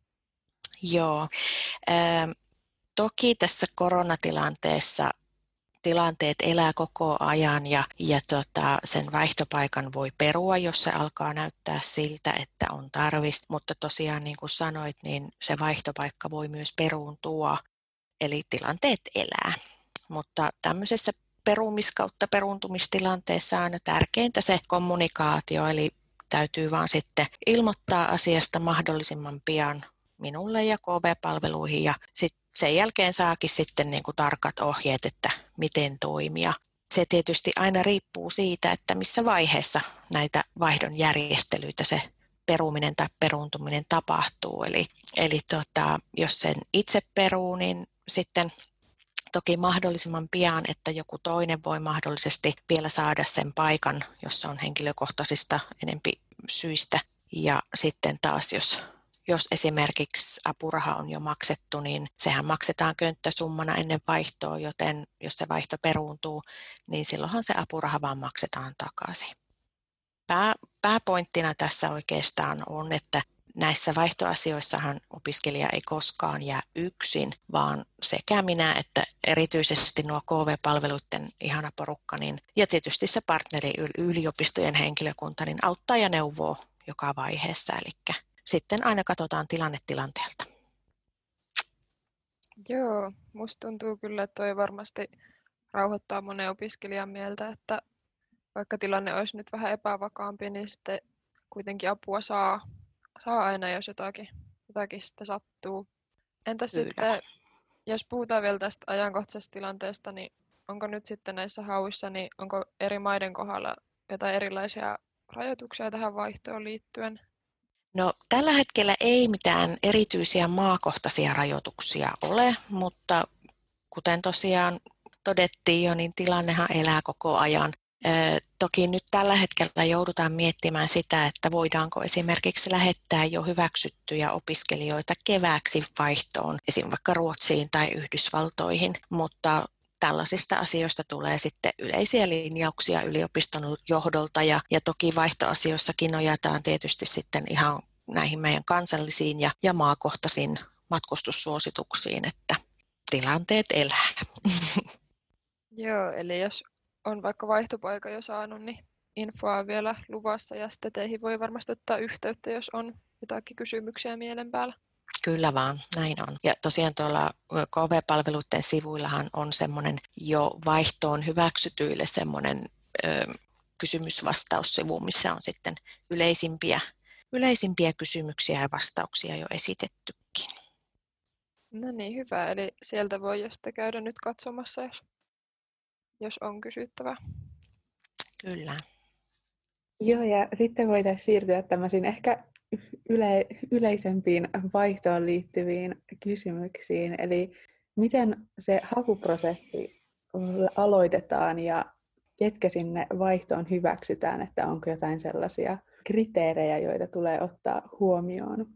Joo, ähm, toki tässä koronatilanteessa tilanteet elää koko ajan ja, ja tota, sen vaihtopaikan voi perua, jos se alkaa näyttää siltä, että on tarvista. Mutta tosiaan niin kuin sanoit, niin se vaihtopaikka voi myös peruuntua, eli tilanteet elää. Mutta tämmöisessä peruumiskautta peruuntumistilanteessa on aina tärkeintä se kommunikaatio, eli täytyy vaan sitten ilmoittaa asiasta mahdollisimman pian minulle ja K V-palveluihin ja sitten sen jälkeen saakin sitten niin kuin tarkat ohjeet, että miten toimia. Se tietysti aina riippuu siitä, että missä vaiheessa näitä vaihdon järjestelyitä se peruminen tai peruuntuminen tapahtuu. Eli, eli tota, jos sen itse peruu, niin sitten toki mahdollisimman pian, että joku toinen voi mahdollisesti vielä saada sen paikan, jos se on henkilökohtaisista enempi syistä. Ja sitten taas, jos jos esimerkiksi apuraha on jo maksettu, niin sehän maksetaan könttäsummana ennen vaihtoa, joten jos se vaihto peruuntuu, niin silloinhan se apuraha vaan maksetaan takaisin. Pää, pääpointtina tässä oikeastaan on, että näissä vaihtoasioissahan opiskelija ei koskaan jää yksin, vaan sekä minä että erityisesti nuo K V-palveluiden ihana porukka niin, ja tietysti se partneri yliopistojen henkilökunta niin auttaa ja neuvoo joka vaiheessa. Eli sitten aina katsotaan tilanne tilanteelta. Joo, musta tuntuu kyllä, että toi varmasti rauhoittaa monen opiskelijan mieltä, että vaikka tilanne olisi nyt vähän epävakaampi, niin sitten kuitenkin apua saa, saa aina, jos jotakin, jotakin sitten sattuu. Entä Kyllä. sitten, jos puhutaan vielä tästä ajankohtaisesta tilanteesta, niin onko nyt sitten näissä hauissa, niin onko eri maiden kohdalla jotain erilaisia rajoituksia tähän vaihtoon liittyen? No, tällä hetkellä ei mitään erityisiä maakohtaisia rajoituksia ole, mutta kuten tosiaan todettiin jo, niin tilannehan elää koko ajan. Toki nyt tällä hetkellä joudutaan miettimään sitä, että voidaanko esimerkiksi lähettää jo hyväksyttyjä opiskelijoita kevääksi vaihtoon, esimerkiksi vaikka Ruotsiin tai Yhdysvaltoihin, mutta tällaisista asioista tulee sitten yleisiä linjauksia yliopiston johdolta ja, ja toki vaihtoasioissakin nojataan tietysti sitten ihan näihin meidän kansallisiin ja, ja maakohtaisiin matkustussuosituksiin, että tilanteet elää. Joo, eli jos on vaikka vaihtopaikka jo saanut, niin infoa on vielä luvassa ja sitten teihin voi varmasti ottaa yhteyttä, jos on jotakin kysymyksiä mielen päällä. Kyllä vaan, näin on. Ja tosiaan tuolla K V-palveluiden sivuillahan on semmoinen jo vaihtoon hyväksytyille semmoinen ö, kysymysvastaussivu, missä on sitten yleisimpiä, yleisimpiä kysymyksiä ja vastauksia jo esitettykin. No niin, hyvä. Eli sieltä voi jo sitten käydä nyt katsomassa, jos, jos on kysyttävää. Kyllä. Joo, ja sitten voitaisiin siirtyä tämmöisiin ehkä yle, yleisempiin vaihtoon liittyviin kysymyksiin. Eli miten se hakuprosessi aloitetaan ja ketkä sinne vaihtoon hyväksytään, että onko jotain sellaisia kriteerejä, joita tulee ottaa huomioon?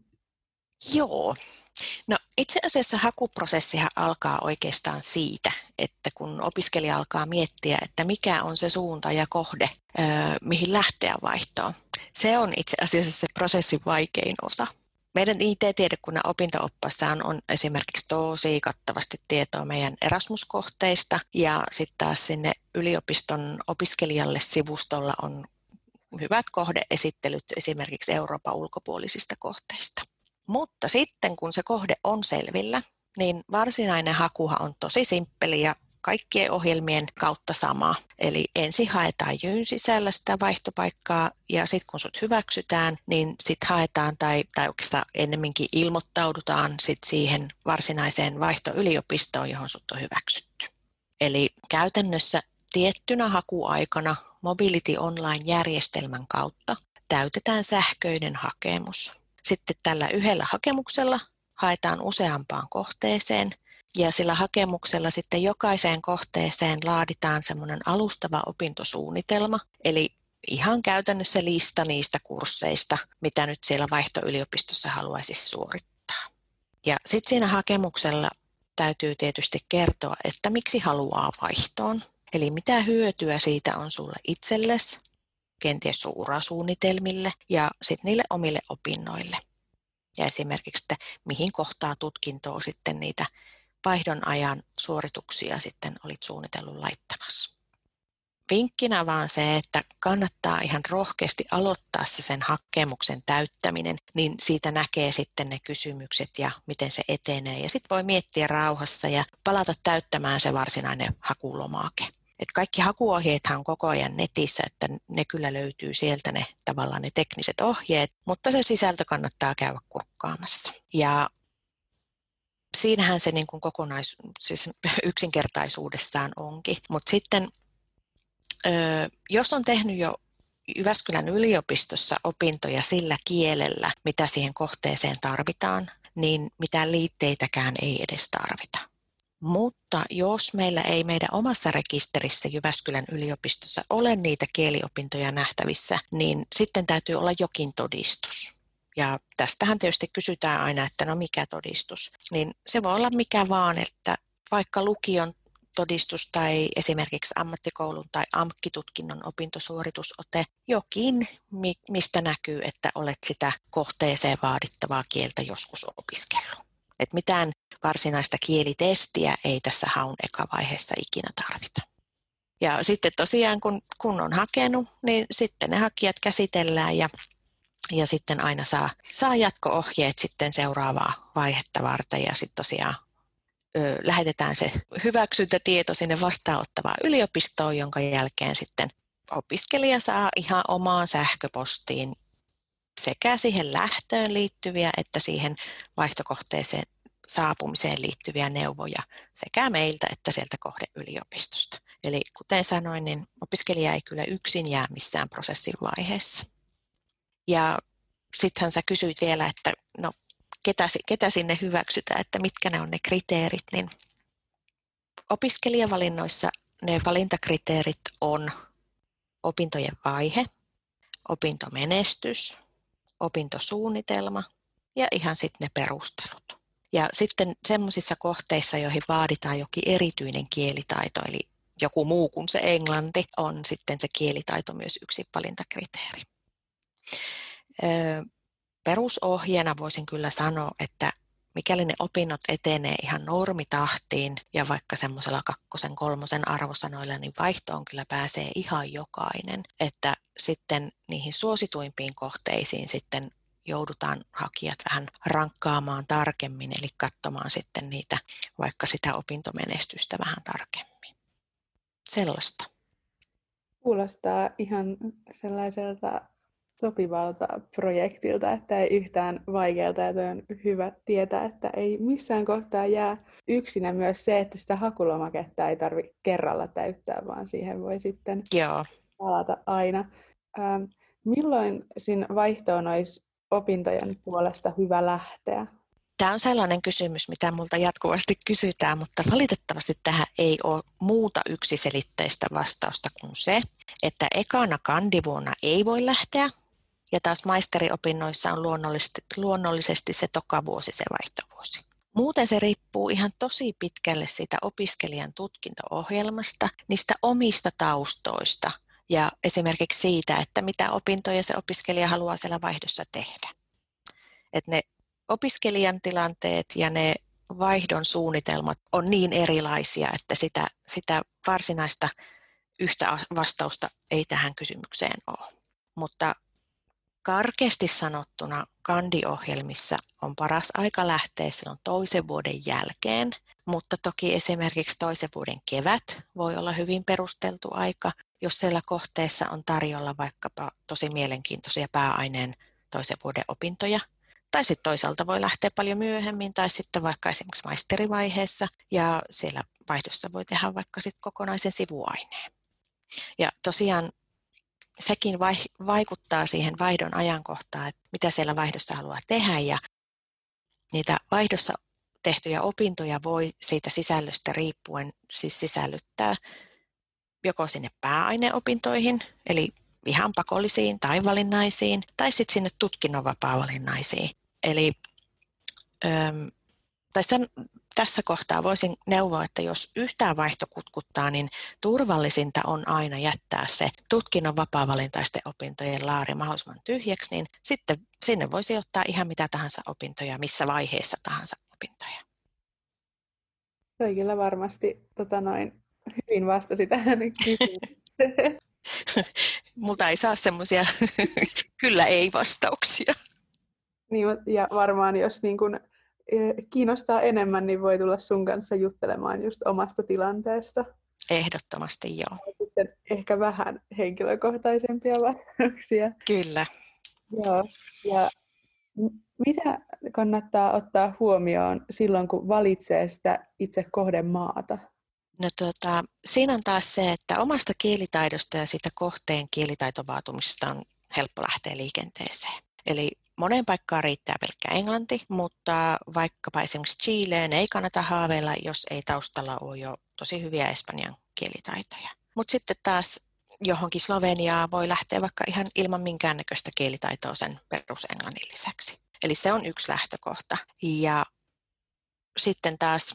Joo. No itse asiassa hakuprosessihan alkaa oikeastaan siitä, että kun opiskelija alkaa miettiä, että mikä on se suunta ja kohde, mihin lähteä vaihtoon. Se on itse asiassa se prosessin vaikein osa. Meidän I T-tiedekunnan opinto-oppassaan on esimerkiksi tosi kattavasti tietoa meidän Erasmus-kohteista ja sitten taas sinne yliopiston opiskelijalle sivustolla on hyvät kohdeesittelyt esimerkiksi Euroopan ulkopuolisista kohteista. Mutta sitten kun se kohde on selvillä, niin varsinainen hakuhan on tosi simppeli ja kaikkien ohjelmien kautta sama. Eli ensin haetaan Jyn sisällä sitä vaihtopaikkaa ja sitten kun sut hyväksytään, niin sitten haetaan tai, tai oikeastaan ennemminkin ilmoittaudutaan sit siihen varsinaiseen vaihtoyliopistoon, johon sut on hyväksytty. Eli käytännössä tiettynä hakuaikana Mobility Online-järjestelmän kautta täytetään sähköinen hakemus. Sitten tällä yhdellä hakemuksella haetaan useampaan kohteeseen ja sillä hakemuksella sitten jokaiseen kohteeseen laaditaan semmoinen alustava opintosuunnitelma, eli ihan käytännössä lista niistä kursseista, mitä nyt siellä vaihtoyliopistossa haluaisi suorittaa. Ja sitten siinä hakemuksella täytyy tietysti kertoa, että miksi haluaa vaihtoon, eli mitä hyötyä siitä on sulle itsellesi, kenties sun urasuunnitelmille ja sitten niille omille opinnoille. Ja esimerkiksi, että mihin kohtaa tutkintoa sitten niitä vaihdon ajan suorituksia sitten olit suunnitellut laittavassa. Vinkkinä vaan se, että kannattaa ihan rohkeasti aloittaa se sen hakemuksen täyttäminen, niin siitä näkee sitten ne kysymykset ja miten se etenee. Ja sitten voi miettiä rauhassa ja palata täyttämään se varsinainen hakulomake. Et kaikki hakuohjeethan on koko ajan netissä, että ne kyllä löytyy sieltä ne tavallaan ne tekniset ohjeet, mutta se sisältö kannattaa käydä kurkkaamassa. Ja siinähän se niin kuin kokonais, siis yksinkertaisuudessaan onkin. Mutta sitten, jos on tehnyt jo Jyväskylän yliopistossa opintoja sillä kielellä, mitä siihen kohteeseen tarvitaan, niin mitään liitteitäkään ei edes tarvita. Mutta jos meillä ei meidän omassa rekisterissä Jyväskylän yliopistossa ole niitä kieliopintoja nähtävissä, niin sitten täytyy olla jokin todistus. Ja tästähän tietysti kysytään aina, että no mikä todistus. Niin se voi olla mikä vaan, että vaikka lukion todistus tai esimerkiksi ammattikoulun tai amkkitutkinnon opintosuoritusote, jokin, mistä näkyy, että olet sitä kohteeseen vaadittavaa kieltä joskus opiskellut. Et mitään varsinaista kielitestiä ei tässä haun ekavaiheessa ikinä tarvita. Ja sitten tosiaan, kun, kun on hakenut, niin sitten ne hakijat käsitellään ja, ja sitten aina saa, saa jatko-ohjeet sitten seuraavaa vaihetta varten ja sitten tosiaan ö, lähetetään se hyväksyntätieto sinne vastaanottavaan yliopistoon, jonka jälkeen sitten opiskelija saa ihan omaan sähköpostiin sekä siihen lähtöön liittyviä että siihen vaihtokohteeseen saapumiseen liittyviä neuvoja sekä meiltä että sieltä kohdeyliopistosta. Eli kuten sanoin, niin opiskelija ei kyllä yksin jää missään prosessin vaiheessa. Ja sittenhän sä kysyit vielä, että no ketä, ketä sinne hyväksytään, että mitkä ne on ne kriteerit, niin opiskelijavalinnoissa ne valintakriteerit on opintojen vaihe, opintomenestys, opintosuunnitelma ja ihan sitten ne perustelut. Ja sitten semmoisissa kohteissa, joihin vaaditaan jokin erityinen kielitaito, eli joku muu kuin se englanti, on sitten se kielitaito myös yksi valintakriteeri. Perusohjeena voisin kyllä sanoa, että mikäli ne opinnot etenee ihan normitahtiin ja vaikka semmoisella kakkosen, kolmosen arvosanoilla, niin vaihtoon kyllä pääsee ihan jokainen. Että sitten niihin suosituimpiin kohteisiin sitten joudutaan hakijat vähän rankkaamaan tarkemmin, eli katsomaan sitten niitä, vaikka sitä opintomenestystä vähän tarkemmin. Sellaista. Kuulostaa ihan sellaiselta sopivalta projektilta, että ei yhtään vaikealta, ja toi on hyvä tietää, että ei missään kohtaa jää yksinä myös se, että sitä hakulomaketta ei tarvitse kerralla täyttää, vaan siihen voi sitten Joo. palata aina. Ähm, milloin siinä vaihtoon olisi opintojen puolesta hyvä lähteä? Tämä on sellainen kysymys, mitä multa jatkuvasti kysytään, mutta valitettavasti tähän ei ole muuta yksiselitteistä vastausta kuin se, että ekana kandivuonna ei voi lähteä, ja taas maisteriopinnoissa on luonnollisesti, luonnollisesti se toka vuosi se vaihtovuosi. Muuten se riippuu ihan tosi pitkälle siitä opiskelijan tutkinto-ohjelmasta, niistä omista taustoista ja esimerkiksi siitä, että mitä opintoja se opiskelija haluaa siellä vaihdossa tehdä. Että ne opiskelijan tilanteet ja ne vaihdon suunnitelmat on niin erilaisia, että sitä, sitä varsinaista yhtä vastausta ei tähän kysymykseen ole. Mutta karkeasti sanottuna kandiohjelmissa on paras aika lähteä silloin toisen vuoden jälkeen, mutta toki esimerkiksi toisen vuoden kevät voi olla hyvin perusteltu aika, jos siellä kohteessa on tarjolla vaikkapa tosi mielenkiintoisia pääaineen toisen vuoden opintoja. Tai sitten toisaalta voi lähteä paljon myöhemmin tai sitten vaikka esimerkiksi maisterivaiheessa ja siellä vaihdossa voi tehdä vaikka sitten kokonaisen sivuaineen. Ja tosiaan sekin vaikuttaa siihen vaihdon ajankohtaan, että mitä siellä vaihdossa haluaa tehdä ja niitä vaihdossa tehtyjä opintoja voi siitä sisällöstä riippuen siis sisällyttää joko sinne pääaineopintoihin, eli ihan pakollisiin tai valinnaisiin, tai sitten sinne tutkinnon vapaa-valinnaisiin. Eli äm, tai sen, tässä kohtaa voisin neuvoa, että jos yhtään vaihto kutkuttaa, niin turvallisinta on aina jättää se tutkinnon vapaa-valintaisten opintojen laari mahdollisimman tyhjäksi, niin sitten sinne voisi ottaa ihan mitä tahansa opintoja, missä vaiheessa tahansa opintoja. Toi kyllä varmasti tota noin, hyvin vastasi tähän kysymykseen. Multa ei saa semmoisia kyllä ei-vastauksia. Niin, ja varmaan jos niin kun, kiinnostaa enemmän, niin voi tulla sun kanssa juttelemaan just omasta tilanteesta. Ehdottomasti joo. Sitten ehkä vähän henkilökohtaisempia vastauksia. Kyllä. Joo. Ja mitä kannattaa ottaa huomioon silloin, kun valitsee sitä itse kohdemaata? No tota, siinä on taas se, että omasta kielitaidosta ja siitä kohteen kielitaitovaatimista on helppo lähteä liikenteeseen. Eli moneen paikkaan riittää pelkkä englanti, mutta vaikkapa esimerkiksi Chileen ei kannata haaveilla, jos ei taustalla ole jo tosi hyviä espanjan kielitaitoja. Mutta sitten taas johonkin Sloveniaan voi lähteä vaikka ihan ilman minkäännäköistä kielitaitoa sen perusenglannin lisäksi. Eli se on yksi lähtökohta. Ja sitten taas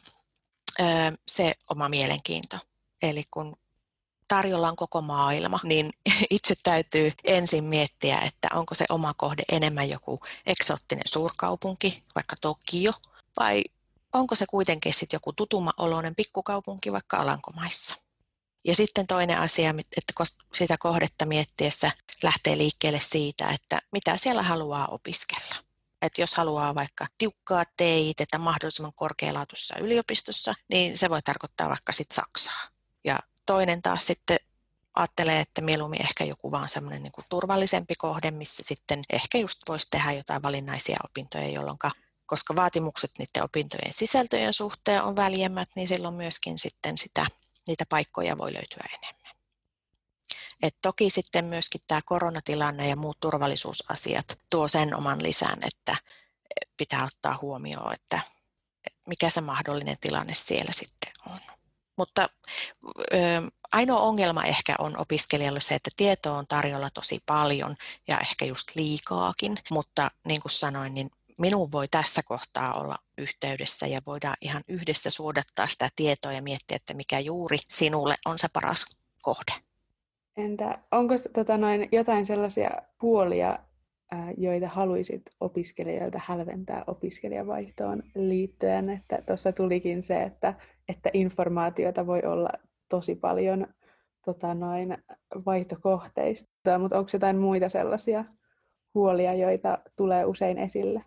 se oma mielenkiinto. Eli kun tarjolla on koko maailma, niin itse täytyy ensin miettiä, että onko se oma kohde enemmän joku eksoottinen suurkaupunki, vaikka Tokio, vai onko se kuitenkin sitten joku tutumma-oloinen pikkukaupunki, vaikka Alankomaissa. Ja sitten toinen asia, että sitä kohdetta miettiessä lähtee liikkeelle siitä, että mitä siellä haluaa opiskella. Että jos haluaa vaikka tiukkaa teitä mahdollisimman korkealaatuisessa yliopistossa, niin se voi tarkoittaa vaikka sitten Saksaa. Ja toinen taas sitten ajattelee, että mieluummin ehkä joku vaan semmoinen niin kuin turvallisempi kohde, missä sitten ehkä just voisi tehdä jotain valinnaisia opintoja, jolloin koska vaatimukset niiden opintojen sisältöjen suhteen on väljemmät, niin silloin myöskin sitten sitä, niitä paikkoja voi löytyä enemmän. Et toki sitten myöskin tämä koronatilanne ja muut turvallisuusasiat tuo sen oman lisän, että pitää ottaa huomioon, että mikä se mahdollinen tilanne siellä sitten on. Mutta ö, ainoa ongelma ehkä on opiskelijalle se, että tietoa on tarjolla tosi paljon ja ehkä just liikaakin, mutta niin kuin sanoin, niin minun voi tässä kohtaa olla yhteydessä ja voidaan ihan yhdessä suodattaa sitä tietoa ja miettiä, että mikä juuri sinulle on se paras kohde. Entä onko tota noin, jotain sellaisia puolia, ää, joita haluaisit opiskelijoilta hälventää opiskelijavaihtoon liittyen? Että tuossa tulikin se, että, että informaatiota voi olla tosi paljon tota noin, vaihtokohteista, mutta onko jotain muita sellaisia huolia, joita tulee usein esille?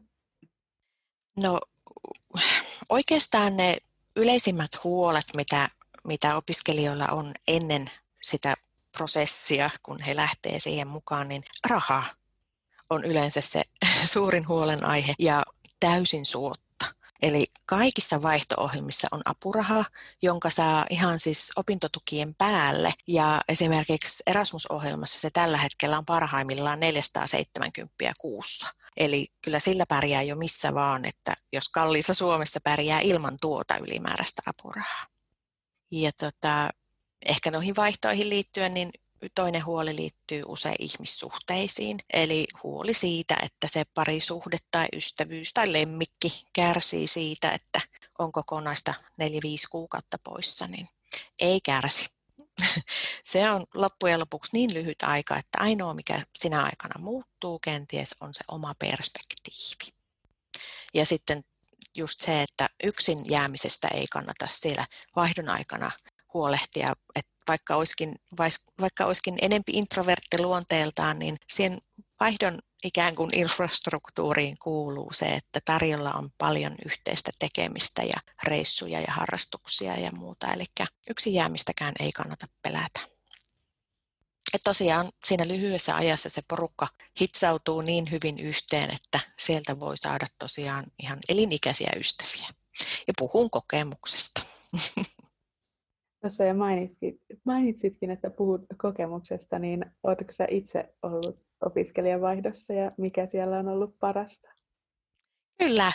No oikeastaan ne yleisimmät huolet, mitä, mitä opiskelijoilla on ennen sitä prosessia, kun he lähtee siihen mukaan, niin raha on yleensä se suurin huolenaihe ja täysin suotta. Eli kaikissa vaihto-ohjelmissa on apuraha, jonka saa ihan siis opintotukien päälle. Ja esimerkiksi Erasmus-ohjelmassa se tällä hetkellä on parhaimmillaan neljäsataaseitsemänkymmentä kuussa. Eli kyllä sillä pärjää jo missä vaan, että jos kalliissa Suomessa pärjää ilman tuota ylimääräistä apurahaa. Ja tota, ehkä noihin vaihtoihin liittyen, niin toinen huoli liittyy usein ihmissuhteisiin. Eli huoli siitä, että se parisuhde tai ystävyys tai lemmikki kärsii siitä, että on kokonaista neljä viisi kuukautta poissa, niin ei kärsi. Se on loppujen lopuksi niin lyhyt aika, että ainoa mikä sinä aikana muuttuu kenties on se oma perspektiivi. Ja sitten just se, että yksin jäämisestä ei kannata siellä vaihdon aikana huolehtia, että vaikka olisikin, vaikka olisikin enempi introvertti luonteeltaan, niin siihen vaihdon ikään kuin infrastruktuuriin kuuluu se, että tarjolla on paljon yhteistä tekemistä ja reissuja ja harrastuksia ja muuta. Eli yksin jäämistäkään ei kannata pelätä. Et tosiaan siinä lyhyessä ajassa se porukka hitsautuu niin hyvin yhteen, että sieltä voi saada tosiaan ihan elinikäisiä ystäviä. Ja puhun kokemuksesta. Tuossa jo mainitsitkin, mainitsitkin, että puhut kokemuksesta, niin oletko sä itse ollut opiskelijavaihdossa ja mikä siellä on ollut parasta? Kyllä,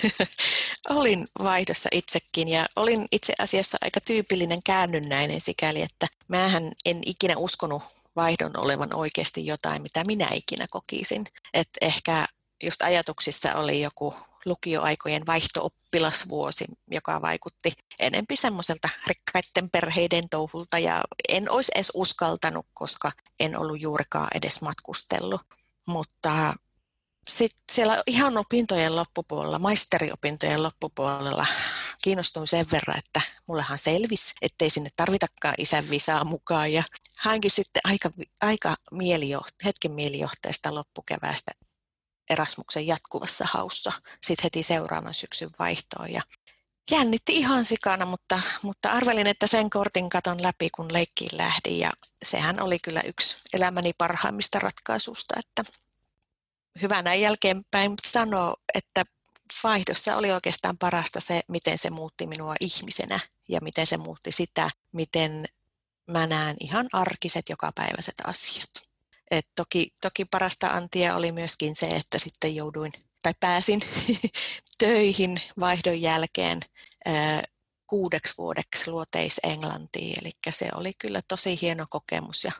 olin vaihdossa itsekin ja olin itse asiassa aika tyypillinen käännynnäinen sikäli, että mähän en ikinä uskonut vaihdon olevan oikeasti jotain, mitä minä ikinä kokisin. Että ehkä just ajatuksissa oli joku lukioaikojen vaihto-oppilasvuosi, joka vaikutti enempi semmoiselta rikkaiden perheiden touhulta ja en olisi edes uskaltanut, koska en ollut juurikaan edes matkustellut. Mutta sitten siellä ihan opintojen loppupuolella, maisteriopintojen loppupuolella kiinnostuin sen verran, että mullehan selvisi, ettei sinne tarvitakaan isän visaa mukaan ja hainkin sitten aika, aika mielijoht- hetken mielijohteesta loppukeväästä Erasmuksen jatkuvassa haussa sitten heti seuraavan syksyn vaihtoon. Ja jännitti ihan sikana, mutta, mutta arvelin, että sen kortin katon läpi, kun leikkiin lähdin. Ja sehän oli kyllä yksi elämäni parhaimmista ratkaisusta. Että hyvä näin jälkeenpäin sanoa, että vaihdossa oli oikeastaan parasta se, miten se muutti minua ihmisenä ja miten se muutti sitä, miten mä näen ihan arkiset jokapäiväiset asiat. Et toki, toki parasta antia oli myöskin se, että sitten jouduin tai pääsin töihin vaihdon jälkeen ää, kuudeksi vuodeksi luoteis-Englantiin. Eli se oli kyllä tosi hieno kokemus ja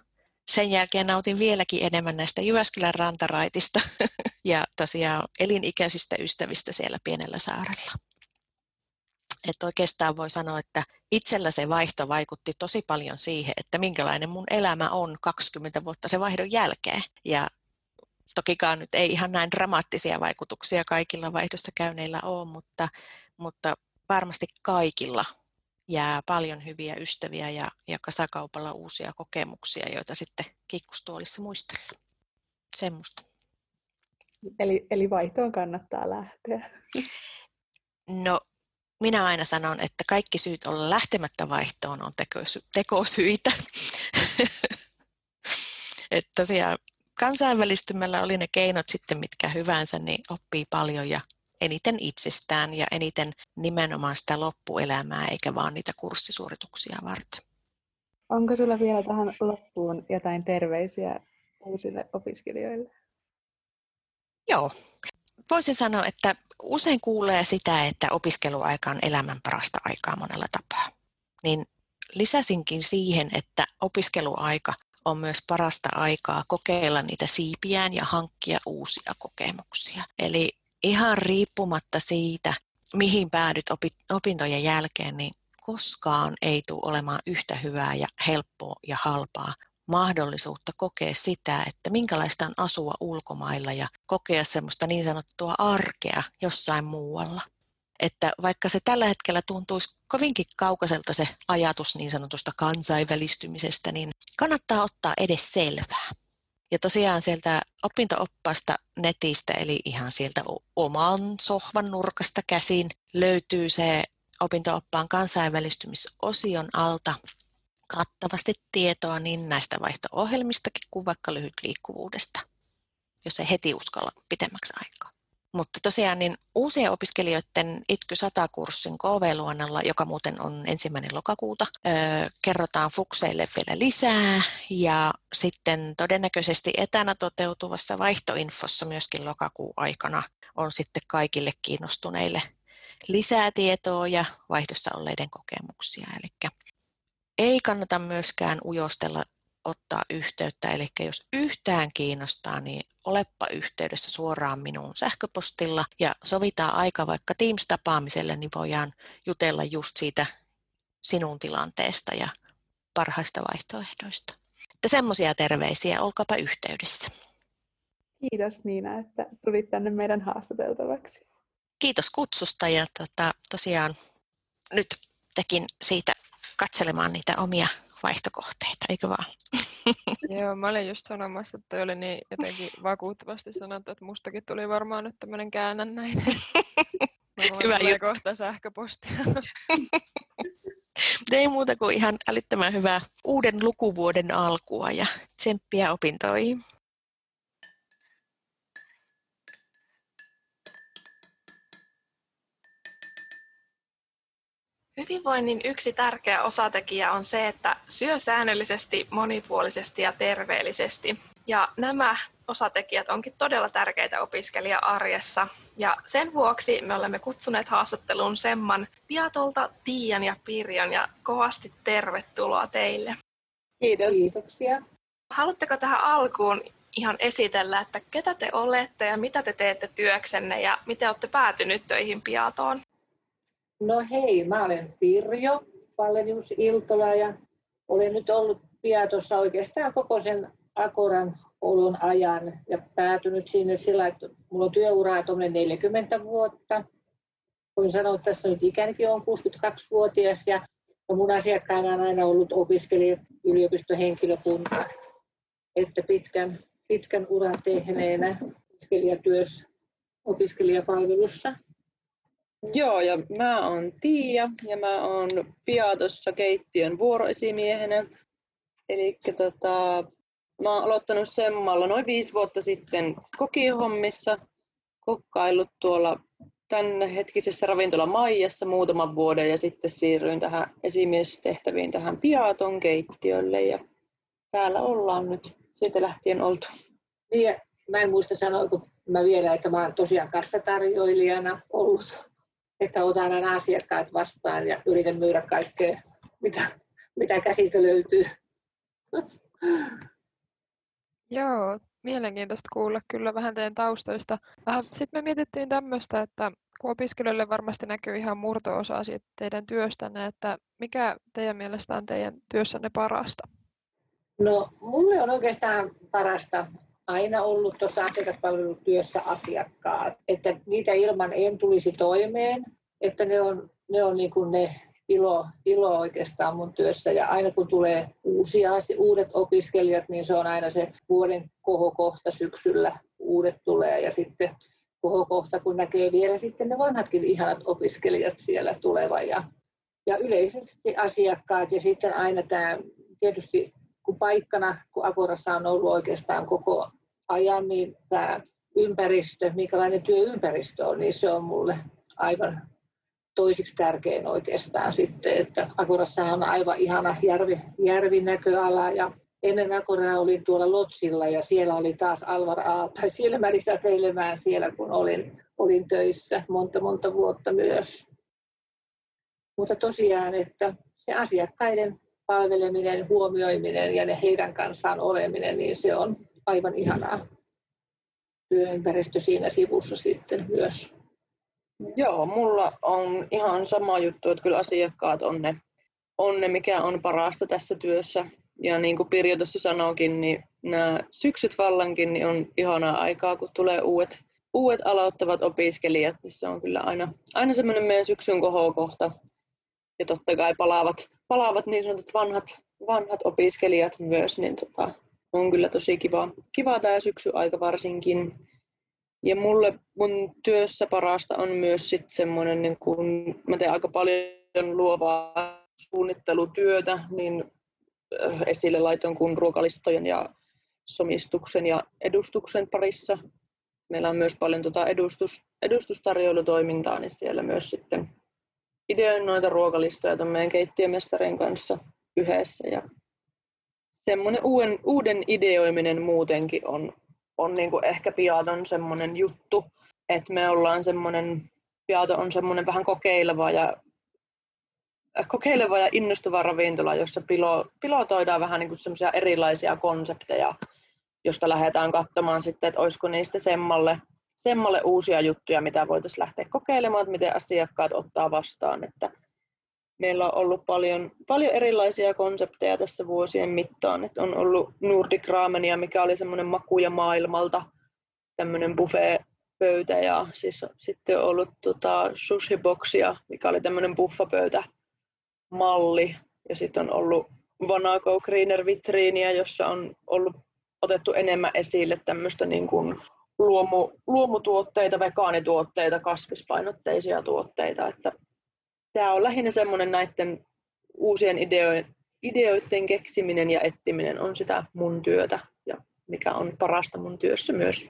sen jälkeen nautin vieläkin enemmän näistä Jyväskylän rantaraitista ja tosiaan elinikäisistä ystävistä siellä pienellä saarella. Että oikeastaan voi sanoa, että itsellä se vaihto vaikutti tosi paljon siihen, että minkälainen mun elämä on kaksikymmentä vuotta sen vaihdon jälkeen. Ja tokikaan nyt ei ihan näin dramaattisia vaikutuksia kaikilla vaihdossa käyneillä ole, mutta, mutta varmasti kaikilla jää paljon hyviä ystäviä ja, ja kasakaupalla uusia kokemuksia, joita sitten kiikkustuolissa muistella. Semmoista. Eli, eli vaihtoon kannattaa lähteä. No, minä aina sanon, että kaikki syyt olla lähtemättä vaihtoon on tekosy- tekosyitä. Että tosiaan kansainvälistymällä oli ne keinot sitten mitkä hyvänsä, niin oppii paljon ja eniten itsestään ja eniten nimenomaan sitä loppuelämää, eikä vaan niitä kurssisuorituksia varten. Onko sulla vielä tähän loppuun jotain terveisiä uusille opiskelijoille? Joo. Voisin sanoa, että usein kuulee sitä, että opiskeluaika on elämän parasta aikaa monella tapaa. Niin lisäsinkin siihen, että opiskeluaika on myös parasta aikaa kokeilla niitä siipiään ja hankkia uusia kokemuksia. Eli ihan riippumatta siitä, mihin päädyt opintojen jälkeen, niin koskaan ei tule olemaan yhtä hyvää ja helppoa ja halpaa mahdollisuutta kokea sitä, että minkälaista on asua ulkomailla ja kokea semmoista niin sanottua arkea jossain muualla. Että vaikka se tällä hetkellä tuntuisi kovinkin kaukaiselta se ajatus niin sanotusta kansainvälistymisestä, niin kannattaa ottaa edes selvää. Ja tosiaan sieltä opinto-oppaasta netistä, eli ihan sieltä oman sohvan nurkasta käsin, löytyy se opinto-oppaan kansainvälistymisosion alta kattavasti tietoa niin näistä vaihto-ohjelmistakin kuin vaikka lyhyt liikkuvuudesta, jos ei heti uskalla pitemmäksi aikaa. Mutta tosiaan niin uusien opiskelijoiden I T K Y sata-kurssin K V-luonnalla, joka muuten on ensimmäinen lokakuuta, öö, kerrotaan fukseille vielä lisää ja sitten todennäköisesti etänä toteutuvassa vaihtoinfossa myöskin lokakuun aikana on sitten kaikille kiinnostuneille lisää tietoa ja vaihdossa olleiden kokemuksia. Eli ei kannata myöskään ujostella ottaa yhteyttä, eli jos yhtään kiinnostaa, niin olepa yhteydessä suoraan minuun sähköpostilla ja sovitaan aika vaikka Teams-tapaamiselle, niin voidaan jutella just siitä sinun tilanteesta ja parhaista vaihtoehdoista. Että semmoisia terveisiä, olkaapa yhteydessä. Kiitos Niina, että tulit tänne meidän haastateltavaksi. Kiitos kutsusta ja tota, tosiaan nyt tekin siitä katselemaan niitä omia vaihtokohteita, eikö vaan? Joo, mä olin just sanomassa, että toi oli niin jotenkin vakuuttavasti sanottu, että mustakin tuli varmaan nyt tämmöinen käännännäinen. Hyvä juttu. Kohta sähköpostia. Ei muuta kuin ihan älyttömän hyvää uuden lukuvuoden alkua ja tsemppiä opintoihin. Hyvinvoinnin yksi tärkeä osatekijä on se, että syö säännöllisesti, monipuolisesti ja terveellisesti. Ja nämä osatekijät onkin todella tärkeitä opiskelija-arjessa. Ja sen vuoksi me olemme kutsuneet haastatteluun Semman Piatolta, Tiian ja Pirjon ja kovasti tervetuloa teille. Kiitos. Kiitoksia. Haluatteko tähän alkuun ihan esitellä, että ketä te olette ja mitä te teette työksenne ja miten olette päätynyt töihin Piatoon? No hei, mä olen Pirjo Pallenius Iltola ja olen nyt ollut Piatossa oikeastaan koko sen Akoran olon ajan ja päätynyt sinne sillä, että mulla on työuraa tuommoinen neljäkymmentä vuotta. Voin sanoa, että tässä nyt ikänikin on kuusikymmentäkaksivuotias ja mun asiakkaana on aina ollut opiskelijat, yliopistohenkilökunta, että pitkän, pitkän uran tehneenä opiskelijatyössä, opiskelijapalvelussa. Joo, ja mä oon Tiia ja mä oon Piatossa keittiön vuoroesimiehenä. Eli tota, mä oon aloittanut Semmalla noin viisi vuotta sitten kokihommissa, kokkaillut tuolla tämänhetkisessä ravintola Maijassa muutaman vuoden ja sitten siirryin tähän esimiestehtäviin tähän Piaton keittiölle ja täällä ollaan nyt siitä lähtien oltu. Niin, mä en muista sanoiko mä vielä, että mä oon tosiaan kassatarjoilijana ollut. Että otan aina asiakkaat vastaan ja yritän myydä kaikkea, mitä, mitä käsiltä löytyy. Joo, mielenkiintoista kuulla kyllä vähän teidän taustoista. Äh, Sitten me mietittiin tämmöistä, että kun opiskelijoille varmasti näkyy ihan murto-osa siitä teidän työstänne, että mikä teidän mielestä on teidän työssänne parasta? No, mulle on oikeastaan parasta aina ollut tuossa asiakaspalvelutyössä asiakkaat, että niitä ilman en tulisi toimeen, että ne on, ne, on niin kuin ne ilo, ilo oikeastaan mun työssä. Ja aina kun tulee uusia, uudet opiskelijat, niin se on aina se vuoden kohokohta syksyllä. Uudet tulee ja sitten kohokohta, kun näkee vielä sitten ne vanhatkin ihanat opiskelijat siellä tulevan. Ja, ja yleisesti asiakkaat ja sitten aina tämä tietysti kun paikkana, kun Agorassa on ollut oikeastaan koko ajan, niin tämä ympäristö, minkälainen työympäristö on, niin se on mulle aivan toisiksi tärkein oikeastaan sitten, että Agorassahan on aivan ihana järvi, järvinäköala ja ennen Agoraa olin tuolla Lotsilla ja siellä oli taas Alvar Aalto silmärisäteilemään siellä, kun olin, olin töissä monta monta vuotta myös. Mutta tosiaan, että se asiakkaiden palveleminen, huomioiminen ja ne heidän kanssaan oleminen, niin se on aivan ihanaa. Työympäristö siinä sivussa sitten myös. Joo, mulla on ihan sama juttu, että kyllä asiakkaat on ne, on ne mikä on parasta tässä työssä. Ja niin kuin Pirjo tuossa sanoikin, niin nämä syksyt vallankin niin on ihanaa aikaa, kun tulee uudet, uudet aloittavat opiskelijat. Niin se on kyllä aina, aina semmoinen meidän syksyn kohokohta. Ja totta kai palaavat, palaavat niin sanotut vanhat, vanhat opiskelijat myös, niin tota, on kyllä tosi kiva, kiva tämä syksyaika varsinkin. Ja mulle mun työssä parasta on myös sit semmoinen, niin kun mä teen aika paljon luovaa suunnittelutyötä, niin esille laiton kuin ruokalistojen ja somistuksen ja edustuksen parissa. Meillä on myös paljon tota edustus, edustustarjoilutoimintaa, niin siellä myös sitten ideoin noita ruokalistoja ton meidän keittiömestarin kanssa yhdessä. Ja semmoinen uuden, uuden ideoiminen muutenkin on, on niinku ehkä Piaton semmoinen juttu, että me ollaan semmoinen, Piato on semmoinen vähän kokeileva ja, kokeileva ja innostava ravintola, jossa pilo, pilotoidaan vähän niinku semmoisia erilaisia konsepteja, josta lähdetään katsomaan sitten, että olisiko niistä semmalle, semmalle uusia juttuja, mitä voitaisiin lähteä kokeilemaan, että miten asiakkaat ottaa vastaan. Että meillä on ollut paljon, paljon erilaisia konsepteja tässä vuosien mittaan. Että on ollut Nordic Ramenia, mikä oli semmoinen makuja maailmalta, tämmöinen buffet-pöytä. Ja siis sitten on ollut tota, sushi-boksia, mikä oli tämmöinen buffapöytämalli. Ja sitten on ollut Vanago Greener Vitriiniä, jossa on ollut otettu enemmän esille tämmöistä niin kuin luomu, luomutuotteita, vegaanituotteita, kasvispainotteisia tuotteita. Että tämä on lähinnä semmoinen näiden uusien ideoiden, ideoiden keksiminen ja etsiminen on sitä mun työtä ja mikä on parasta mun työssä myös.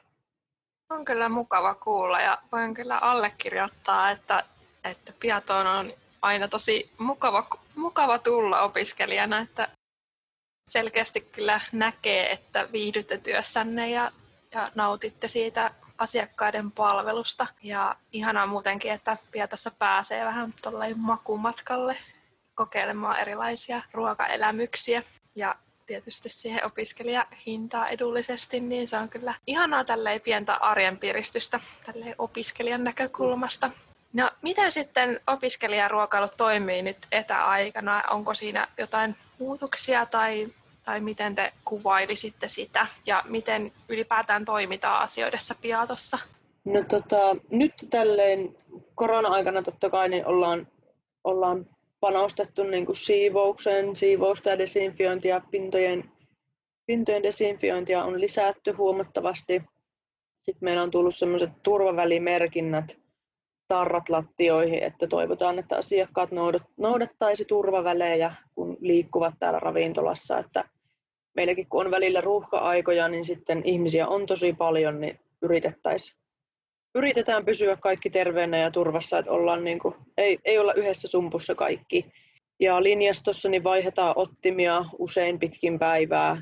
On kyllä mukava kuulla ja voin kyllä allekirjoittaa, että, että Piatoon on aina tosi mukava, mukava tulla opiskelijana, että selkeästi kyllä näkee, että viihdytte työssänne ja, ja nautitte siitä asiakkaiden palvelusta. Ja ihanaa muutenkin, että Piatossa pääsee vähän tuollain makumatkalle kokeilemaan erilaisia ruokaelämyksiä. Ja tietysti siihen opiskelijahintaa edullisesti, niin se on kyllä ihanaa tälleen pientä arjen piristystä tälleen opiskelijan näkökulmasta. No, miten sitten opiskelijaruokailu toimii nyt etäaikana? Onko siinä jotain muutoksia tai, tai miten te kuvailisitte sitä ja miten ylipäätään toimitaan asioidessa Piatossa? No tota, nyt tälleen korona-aikana totta kai niin ollaan, ollaan panostettu niin kuin siivoukseen, siivousta ja desinfiointia, pintojen, pintojen desinfiointia on lisätty huomattavasti. Sitten meillä on tullut sellaiset turvavälimerkinnät tarrat lattioihin, että toivotaan, että asiakkaat noudattaisi turvavälejä, kun liikkuvat täällä ravintolassa. Että meilläkin kun on välillä ruuhka-aikoja, niin sitten ihmisiä on tosi paljon, niin yritettäisiin. Yritetään pysyä kaikki terveenä ja turvassa, että ollaan niin kuin, ei, ei olla yhdessä sumpussa kaikki. Ja linjastossa niin vaihdetaan ottimia usein pitkin päivää.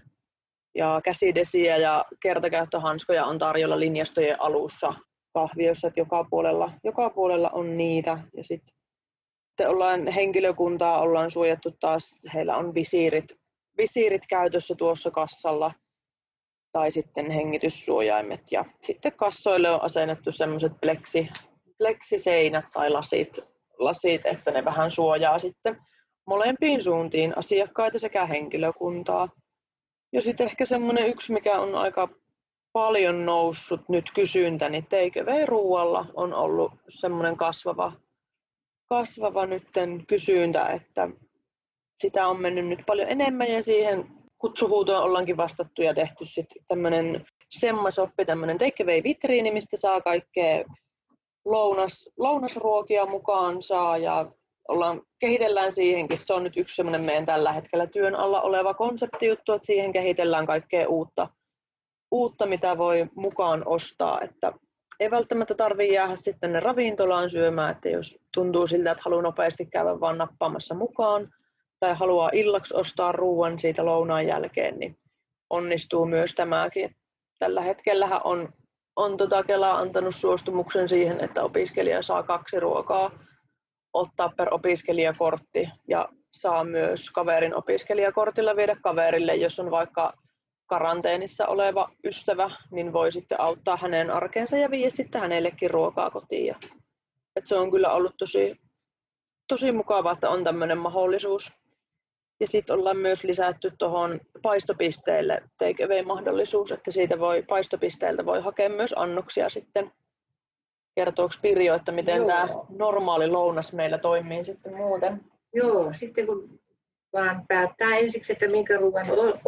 Ja käsidesiä ja kertakäyttöhanskoja on tarjolla linjastojen alussa kahvioissa, että joka puolella, joka puolella on niitä. Ja sitten ollaan henkilökuntaa ollaan suojattu taas, heillä on visiirit, visiirit käytössä tuossa kassalla. tai sitten hengityssuojaimet. Ja sitten kassoille on asennettu semmoiset pleksi, pleksiseinät tai lasit, lasit, että ne vähän suojaa sitten molempiin suuntiin asiakkaita sekä henkilökuntaa. Ja sitten ehkä semmoinen yksi, mikä on aika paljon noussut nyt kysyntä, niin take away-ruualla on ollut semmoinen kasvava, kasvava nytten kysyntä, että sitä on mennyt nyt paljon enemmän ja siihen kutsuhuutoon ollaankin vastattu ja tehty sitten tämmöinen semmasoppi, tämmöinen take away-vitriini, mistä saa kaikkea lounas, lounasruokia mukaan saa ja ollaan, kehitellään siihenkin. Se on nyt yksi semmoinen meidän tällä hetkellä työn alla oleva konseptijuttu, että siihen kehitellään kaikkea uutta, uutta mitä voi mukaan ostaa. Että ei välttämättä tarvitse jäädä sitten tänne ravintolaan syömään, että jos tuntuu siltä, että haluaa nopeasti käydä vaan nappaamassa mukaan tai haluaa illaksi ostaa ruoan siitä lounaan jälkeen, niin onnistuu myös tämäkin. Tällä hetkellähän on, on tota Kela antanut suostumuksen siihen, että opiskelija saa kaksi ruokaa ottaa per opiskelijakortti ja saa myös kaverin opiskelijakortilla viedä kaverille, jos on vaikka karanteenissa oleva ystävä, niin voi sitten auttaa hänen arkeensa ja viedä sitten hänellekin ruokaa kotiin. Et se on kyllä ollut tosi, tosi mukavaa, että on tämmöinen mahdollisuus. Ja sitten ollaan myös lisätty tuohon paistopisteelle take away-mahdollisuus, että siitä voi, paistopisteeltä voi hakea myös annoksia sitten. Kertooko Pirjo, että miten tämä normaali lounas meillä toimii sitten muuten? Joo, sitten kun vaan päättää ensiksi, että minkä ruoan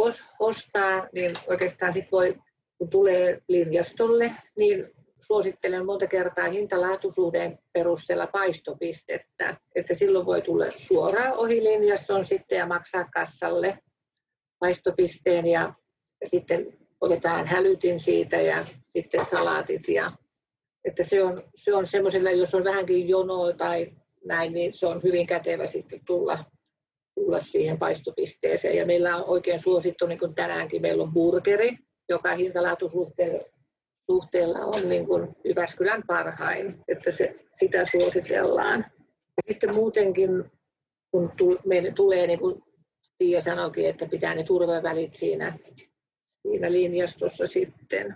ostaa, niin oikeastaan sitten voi, kun tulee linjastolle, niin suosittelen monta kertaa hinta-laatuisuuden perusteella paistopistettä, että silloin voi tulla suoraan ohi linjaston sitten ja maksaa kassalle paistopisteen ja, ja sitten otetaan hälytin siitä ja sitten salaatit ja että se on, se on semmoisella, jos on vähänkin jonoa tai näin, niin se on hyvin kätevä sitten tulla, tulla siihen paistopisteeseen. Ja meillä on oikein suosittu, niin kuin tänäänkin meillä on burgeri, joka hintalaatusuhteella on niin kuin Jyväskylän parhain, että se, sitä suositellaan. Ja sitten muutenkin, kun meille tulee, niin kuin Tiia sanoikin, että pitää ne turvavälit siinä, siinä linjastossa sitten.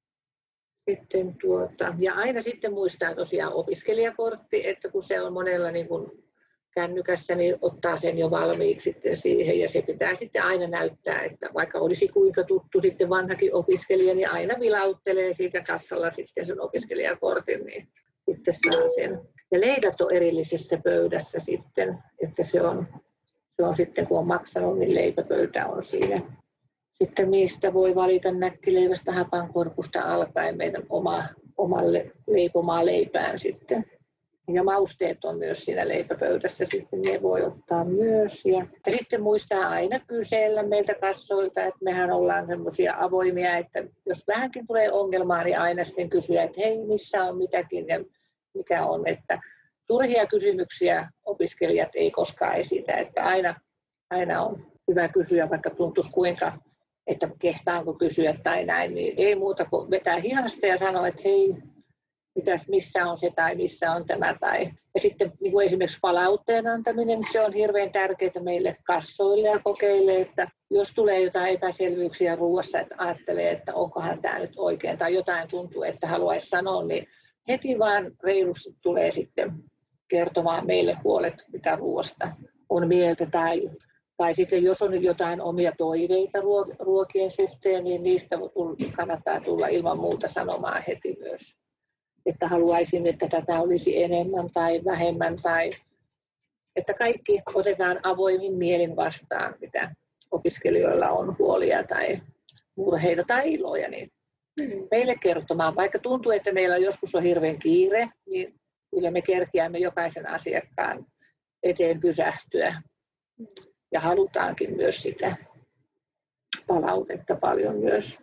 Sitten tuota, ja aina sitten muistaa tosiaan opiskelijakortti, että kun se on monella niin kuin kännykässä, niin ottaa sen jo valmiiksi sitten siihen. Ja se pitää sitten aina näyttää, että vaikka olisi kuinka tuttu sitten vanhakin opiskelija, niin aina vilauttelee siitä kassalla sitten sen opiskelijakortin, niin sitten saa sen. Ja leivät on erillisessä pöydässä sitten, että se on, se on sitten kun on maksanut, niin leipäpöytä on siinä. Sitten niistä voi valita näkkileivästä hapankorpusta alkaen meidän oma, omalle leipomaa leipään sitten. Ja mausteet on myös siinä leipäpöydässä, sitten ne voi ottaa myös. Ja, ja sitten muistaa aina kysellä meiltä kassoilta, että mehän ollaan semmoisia avoimia, että jos vähänkin tulee ongelmaa, niin aina sitten kysyä, että hei, missä on mitäkin ja mikä on. Että turhia kysymyksiä opiskelijat ei koskaan esitä, että aina, aina on hyvä kysyä, vaikka tuntuisi kuinka, että kehtaanko kysyä tai näin, niin ei muuta kuin vetää hihasta ja sanoa, että hei, mitäs, missä on se tai missä on tämä. Tai. Ja sitten niin kuin esimerkiksi palautteen antaminen, se on hirveän tärkeää meille kassoille ja kokeille, että jos tulee jotain epäselvyyksiä ruoassa, että ajattelee, että onkohan tämä nyt oikein tai jotain tuntuu, että haluaisi sanoa, niin heti vaan reilusti tulee sitten kertomaan meille huolet, mitä ruoasta on mieltä tai Tai sitten jos on jotain omia toiveita ruokien suhteen, niin niistä kannattaa tulla ilman muuta sanomaan heti myös. Että haluaisin, että tätä olisi enemmän tai vähemmän. Tai että kaikki otetaan avoimin mielin vastaan, mitä opiskelijoilla on huolia tai murheita tai iloja. Niin meille kertomaan, vaikka tuntuu, että meillä joskus on hirveän kiire, niin kyllä me kerkiämme jokaisen asiakkaan eteen pysähtyä. Ja halutaankin myös sitä palautetta paljon myös.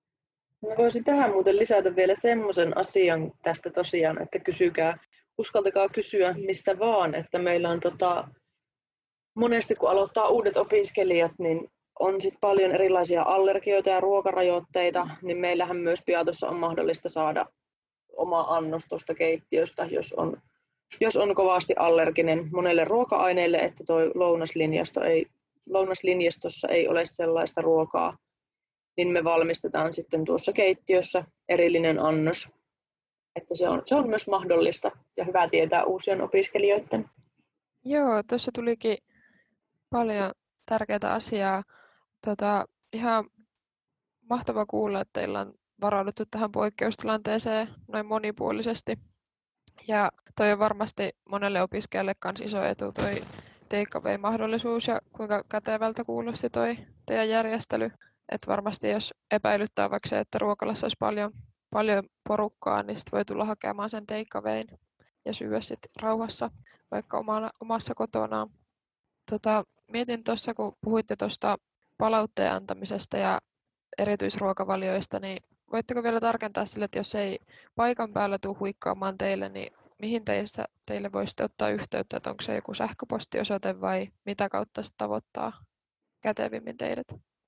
Mä voisin tähän muuten lisätä vielä semmoisen asian tästä tosiaan, että kysykää, uskaltakaa kysyä mistä vaan, että meillä on tota, monesti kun aloittaa uudet opiskelijat, niin on sit paljon erilaisia allergioita ja ruokarajoitteita, niin meillähän myös Piatossa on mahdollista saada oma annos tuosta keittiöstä, jos on Jos on kovasti allerginen monelle ruoka-aineelle, että tuo lounaslinjasto ei, lounaslinjastossa ei ole sellaista ruokaa, niin me valmistetaan sitten tuossa keittiössä erillinen annos. Että se on, se on myös mahdollista ja hyvä tietää uusien opiskelijoiden. Joo, tuossa tulikin paljon tärkeää asiaa. Tota, ihan mahtava kuulla, että teillä on varauduttu tähän poikkeustilanteeseen noin monipuolisesti. Ja toi on varmasti monelle opiskelijalle kans iso etu toi take away-mahdollisuus ja kuinka kätevältä kuulosti toi teidän järjestely. Että varmasti jos epäilyttää vaikka se, että ruokalassa olisi paljon, paljon porukkaa, niin sit voi tulla hakemaan sen take awayn ja syödä sit rauhassa vaikka omana, omassa kotonaan. Tota, mietin tuossa, kun puhuitte tuosta palautteen antamisesta ja erityisruokavalioista, niin voitteko vielä tarkentaa sille, että jos ei paikan päällä tule huikkaamaan teille, niin mihin teistä, teille voisitte ottaa yhteyttä, että onko se joku sähköpostiosoite vai mitä kautta se tavoittaa kätevimmin teidät?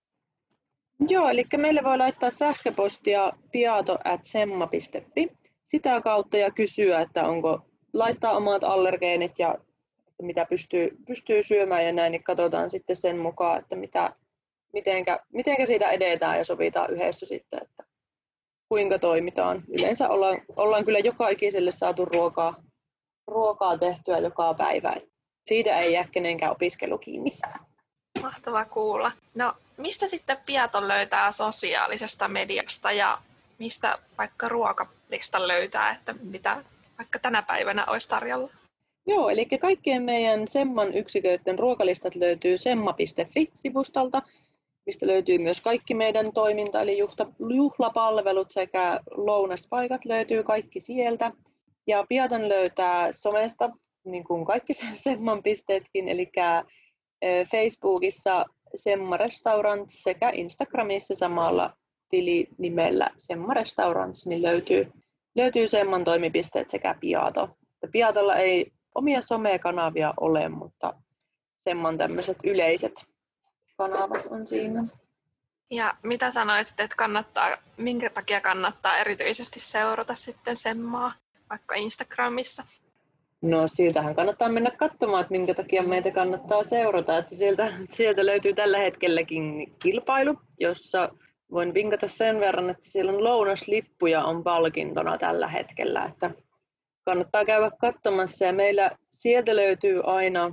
Joo, eli meille voi laittaa sähköpostia piato at semma piste fi sitä kautta ja kysyä, että onko laittaa omat allergeenit ja mitä pystyy, pystyy syömään ja näin, niin katsotaan sitten sen mukaan, että mitä, mitenkä, mitenkä siitä edetään ja sovitaan yhdessä sitten, että kuinka toimitaan. Yleensä ollaan, ollaan kyllä joka ikiselle saatu ruokaa, ruokaa tehtyä joka päivä. Siitä ei jää kenenkään opiskelu kiinni. Mahtavaa kuulla. No, mistä sitten Piaton löytää sosiaalisesta mediasta ja mistä vaikka ruokalista löytää, että mitä vaikka tänä päivänä olisi tarjolla? Joo, eli kaikkien meidän Semman yksiköiden ruokalistat löytyy semma piste fi-sivustolta, mistä löytyy myös kaikki meidän toiminta, eli juhlapalvelut sekä lounaspaikat löytyy kaikki sieltä. Ja Piaton löytää somesta, niin kuin kaikki Semman pisteetkin, eli Facebookissa Semma Restaurants sekä Instagramissa samalla tilinimellä Semma Restaurants, niin löytyy, löytyy Semman toimipisteet sekä Piato. Piatolla ei omia somekanavia ole, mutta Semman tämmöiset yleiset kanavat on siinä. Ja mitä sanoisit, että kannattaa, minkä takia kannattaa erityisesti seurata sitten Semmaa, vaikka Instagramissa? No siltähän kannattaa mennä katsomaan, että minkä takia meitä kannattaa seurata. Että sieltä, sieltä löytyy tällä hetkelläkin kilpailu, jossa voin vinkata sen verran, että siellä on lounaslippuja on palkintona tällä hetkellä. Että kannattaa käydä katsomassa ja meillä sieltä löytyy aina,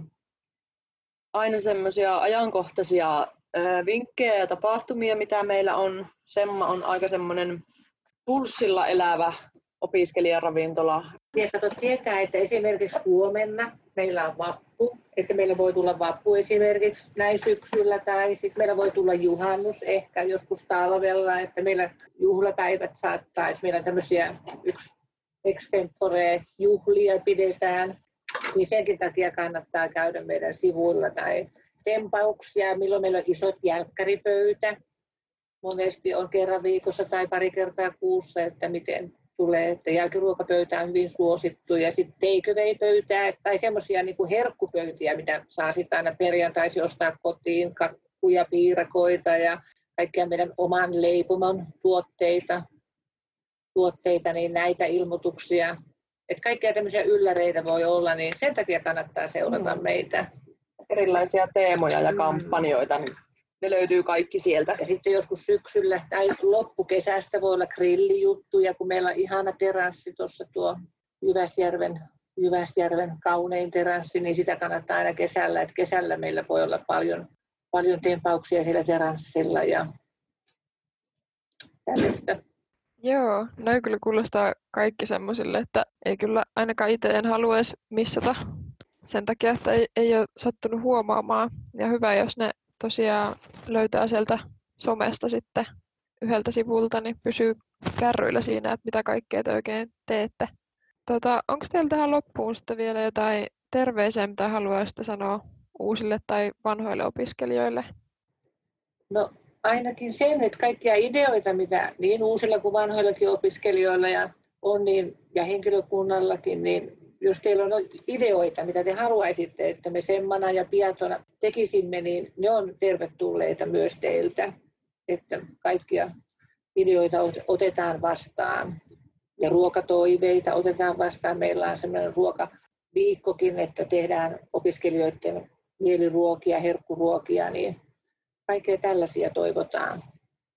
aina semmoisia ajankohtaisia vinkkejä ja tapahtumia, mitä meillä on. Semma on aika semmoinen pulssilla elävä opiskelijaravintola. Ja kato, tietää, että esimerkiksi huomenna meillä on vappu, että meillä voi tulla vappu esimerkiksi näin syksyllä tai sitten meillä voi tulla juhannus ehkä joskus talvella, että meillä juhlapäivät saattaa, että meillä tämmöisiä yksi extempore juhlia pidetään, niin senkin takia kannattaa käydä meidän sivuilla tai tempauksia, milloin meillä on isot jälkkäripöytä. Monesti on kerran viikossa tai pari kertaa kuussa, että miten tulee, että jälkiruokapöytä on hyvin suosittu ja sitten take away-pöytää tai semmoisia niin kuin herkkupöytiä, mitä saa sitten aina perjantaisin ostaa kotiin, kakkuja, piirakoita ja kaikkia meidän oman leipomon tuotteita, tuotteita niin näitä ilmoituksia. Että kaikkia tämmöisiä ylläreitä voi olla, niin sen takia kannattaa seurata mm. meitä. Erilaisia teemoja ja kampanjoita, niin ne löytyy kaikki sieltä. Ja sitten joskus syksyllä tai loppukesästä voi olla grillijuttuja, kun meillä on ihana teranssi tuossa tuo Jyväsjärven, Jyväsjärven kaunein teranssi, niin sitä kannattaa aina kesällä. Et kesällä meillä voi olla paljon, paljon tempauksia siellä teranssilla ja tällaista. Joo, noin kyllä kuulostaa kaikki semmoisille, että ei kyllä ainakaan itse en halua edes missata sen takia, että ei, ei ole sattunut huomaamaan. Ja hyvä, jos ne tosiaan löytää sieltä somesta sitten yhdeltä sivulta, niin pysyy kärryillä siinä, että mitä kaikkea te oikein teette. Tota, onko teillä tähän loppuun sitten vielä jotain terveisiä, mitä haluaisitte sanoa uusille tai vanhoille opiskelijoille? No ainakin sen, että kaikkia ideoita, mitä niin uusilla kuin vanhoillakin opiskelijoilla ja on niin, ja henkilökunnallakin, niin jos teillä on ideoita, mitä te haluaisitte, että me Semmana ja Piatona tekisimme, niin ne on tervetulleita myös teiltä, että kaikkia ideoita otetaan vastaan. Ja ruokatoiveita otetaan vastaan. Meillä on sellainen ruokaviikkokin, että tehdään opiskelijoiden mieliruokia, herkkuruokia, niin kaikkea tällaisia toivotaan.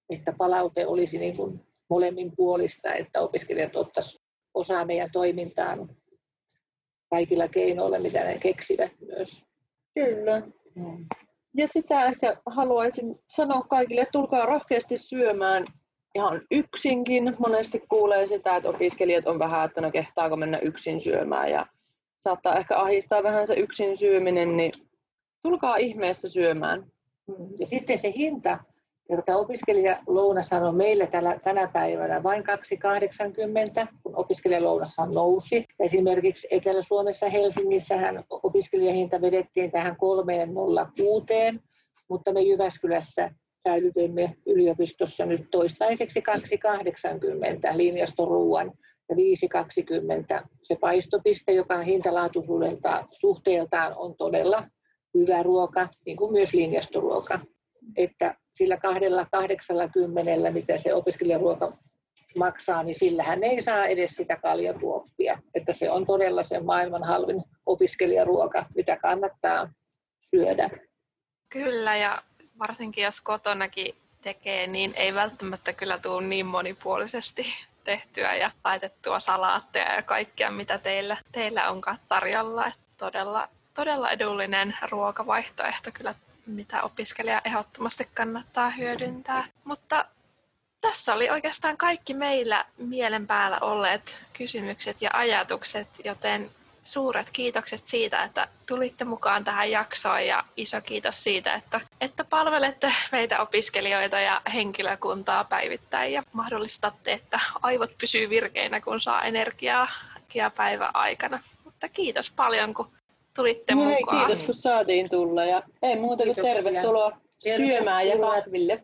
että palaute olisi niin kuin molemmin puolista, että opiskelijat ottaisivat osaa meidän toimintaan kaikilla keinoilla, mitä ne keksivät myös. Kyllä. Mm. Ja sitä ehkä haluaisin sanoa kaikille, että tulkaa rohkeasti syömään ihan yksinkin. Monesti kuulee sitä, että opiskelijat on vähän, että no kehtaako mennä yksin syömään ja saattaa ehkä ahdistaa vähän se yksin syöminen, niin tulkaa ihmeessä syömään. Ja sitten se hinta, joka opiskelijalounas on meillä tällä, tänä päivänä vain kaksi kahdeksankymmentä, kun opiskelijalounassa nousi. Esimerkiksi Etelä-Suomessa Helsingissähän opiskelijahinta vedettiin tähän kolme nolla kuusi, mutta me Jyväskylässä säilytimme yliopistossa nyt toistaiseksi kaksi kahdeksankymmentä linjastoruuan ja viisi kaksikymmentä se paistopiste, joka hintalaatuisuudeltaan suhteeltaan on todella hyvä ruoka, niin kuin myös linjastoruoka. Että sillä kahdella kahdeksallakymmenellä, mitä se opiskelijaruoka maksaa, niin sillähän ei saa edes sitä kaljatuoppia. Että se on todella se maailman halvin opiskelijaruoka, mitä kannattaa syödä. Kyllä, ja varsinkin jos kotonakin tekee, niin ei välttämättä kyllä tule niin monipuolisesti tehtyä ja laitettua salaatteja ja kaikkea, mitä teillä, teillä onkaan tarjolla. Että todella, todella edullinen ruokavaihtoehto kyllä, mitä opiskelija ehdottomasti kannattaa hyödyntää. Mutta tässä oli oikeastaan kaikki meillä mielen päällä olleet kysymykset ja ajatukset, joten suuret kiitokset siitä, että tulitte mukaan tähän jaksoon ja iso kiitos siitä, että, että palvelette meitä opiskelijoita ja henkilökuntaa päivittäin ja mahdollistatte, että aivot pysyy virkeinä, kun saa energiaa päivän aikana. Mutta kiitos paljon, kun tulitte no, mukaan. Kiitos, kun saatiin tulla ja ei muuta kuin tervetuloa syömään ja kahville.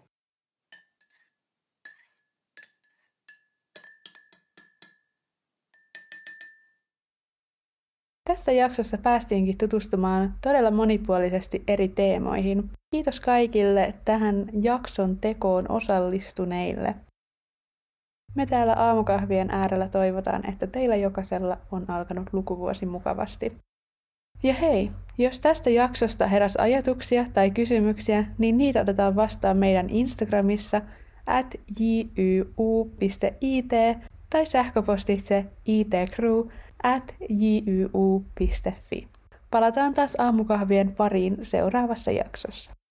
Tässä jaksossa päästiinkin tutustumaan todella monipuolisesti eri teemoihin. Kiitos kaikille tähän jakson tekoon osallistuneille. Me täällä aamukahvien äärellä toivotaan, että teillä jokaisella on alkanut lukuvuosi mukavasti. Ja hei, jos tästä jaksosta heräsi ajatuksia tai kysymyksiä, niin niitä otetaan vastaan meidän Instagramissa at j y u piste i t tai sähköpostitse itcrew at j y u piste f i. Palataan taas aamukahvien pariin seuraavassa jaksossa.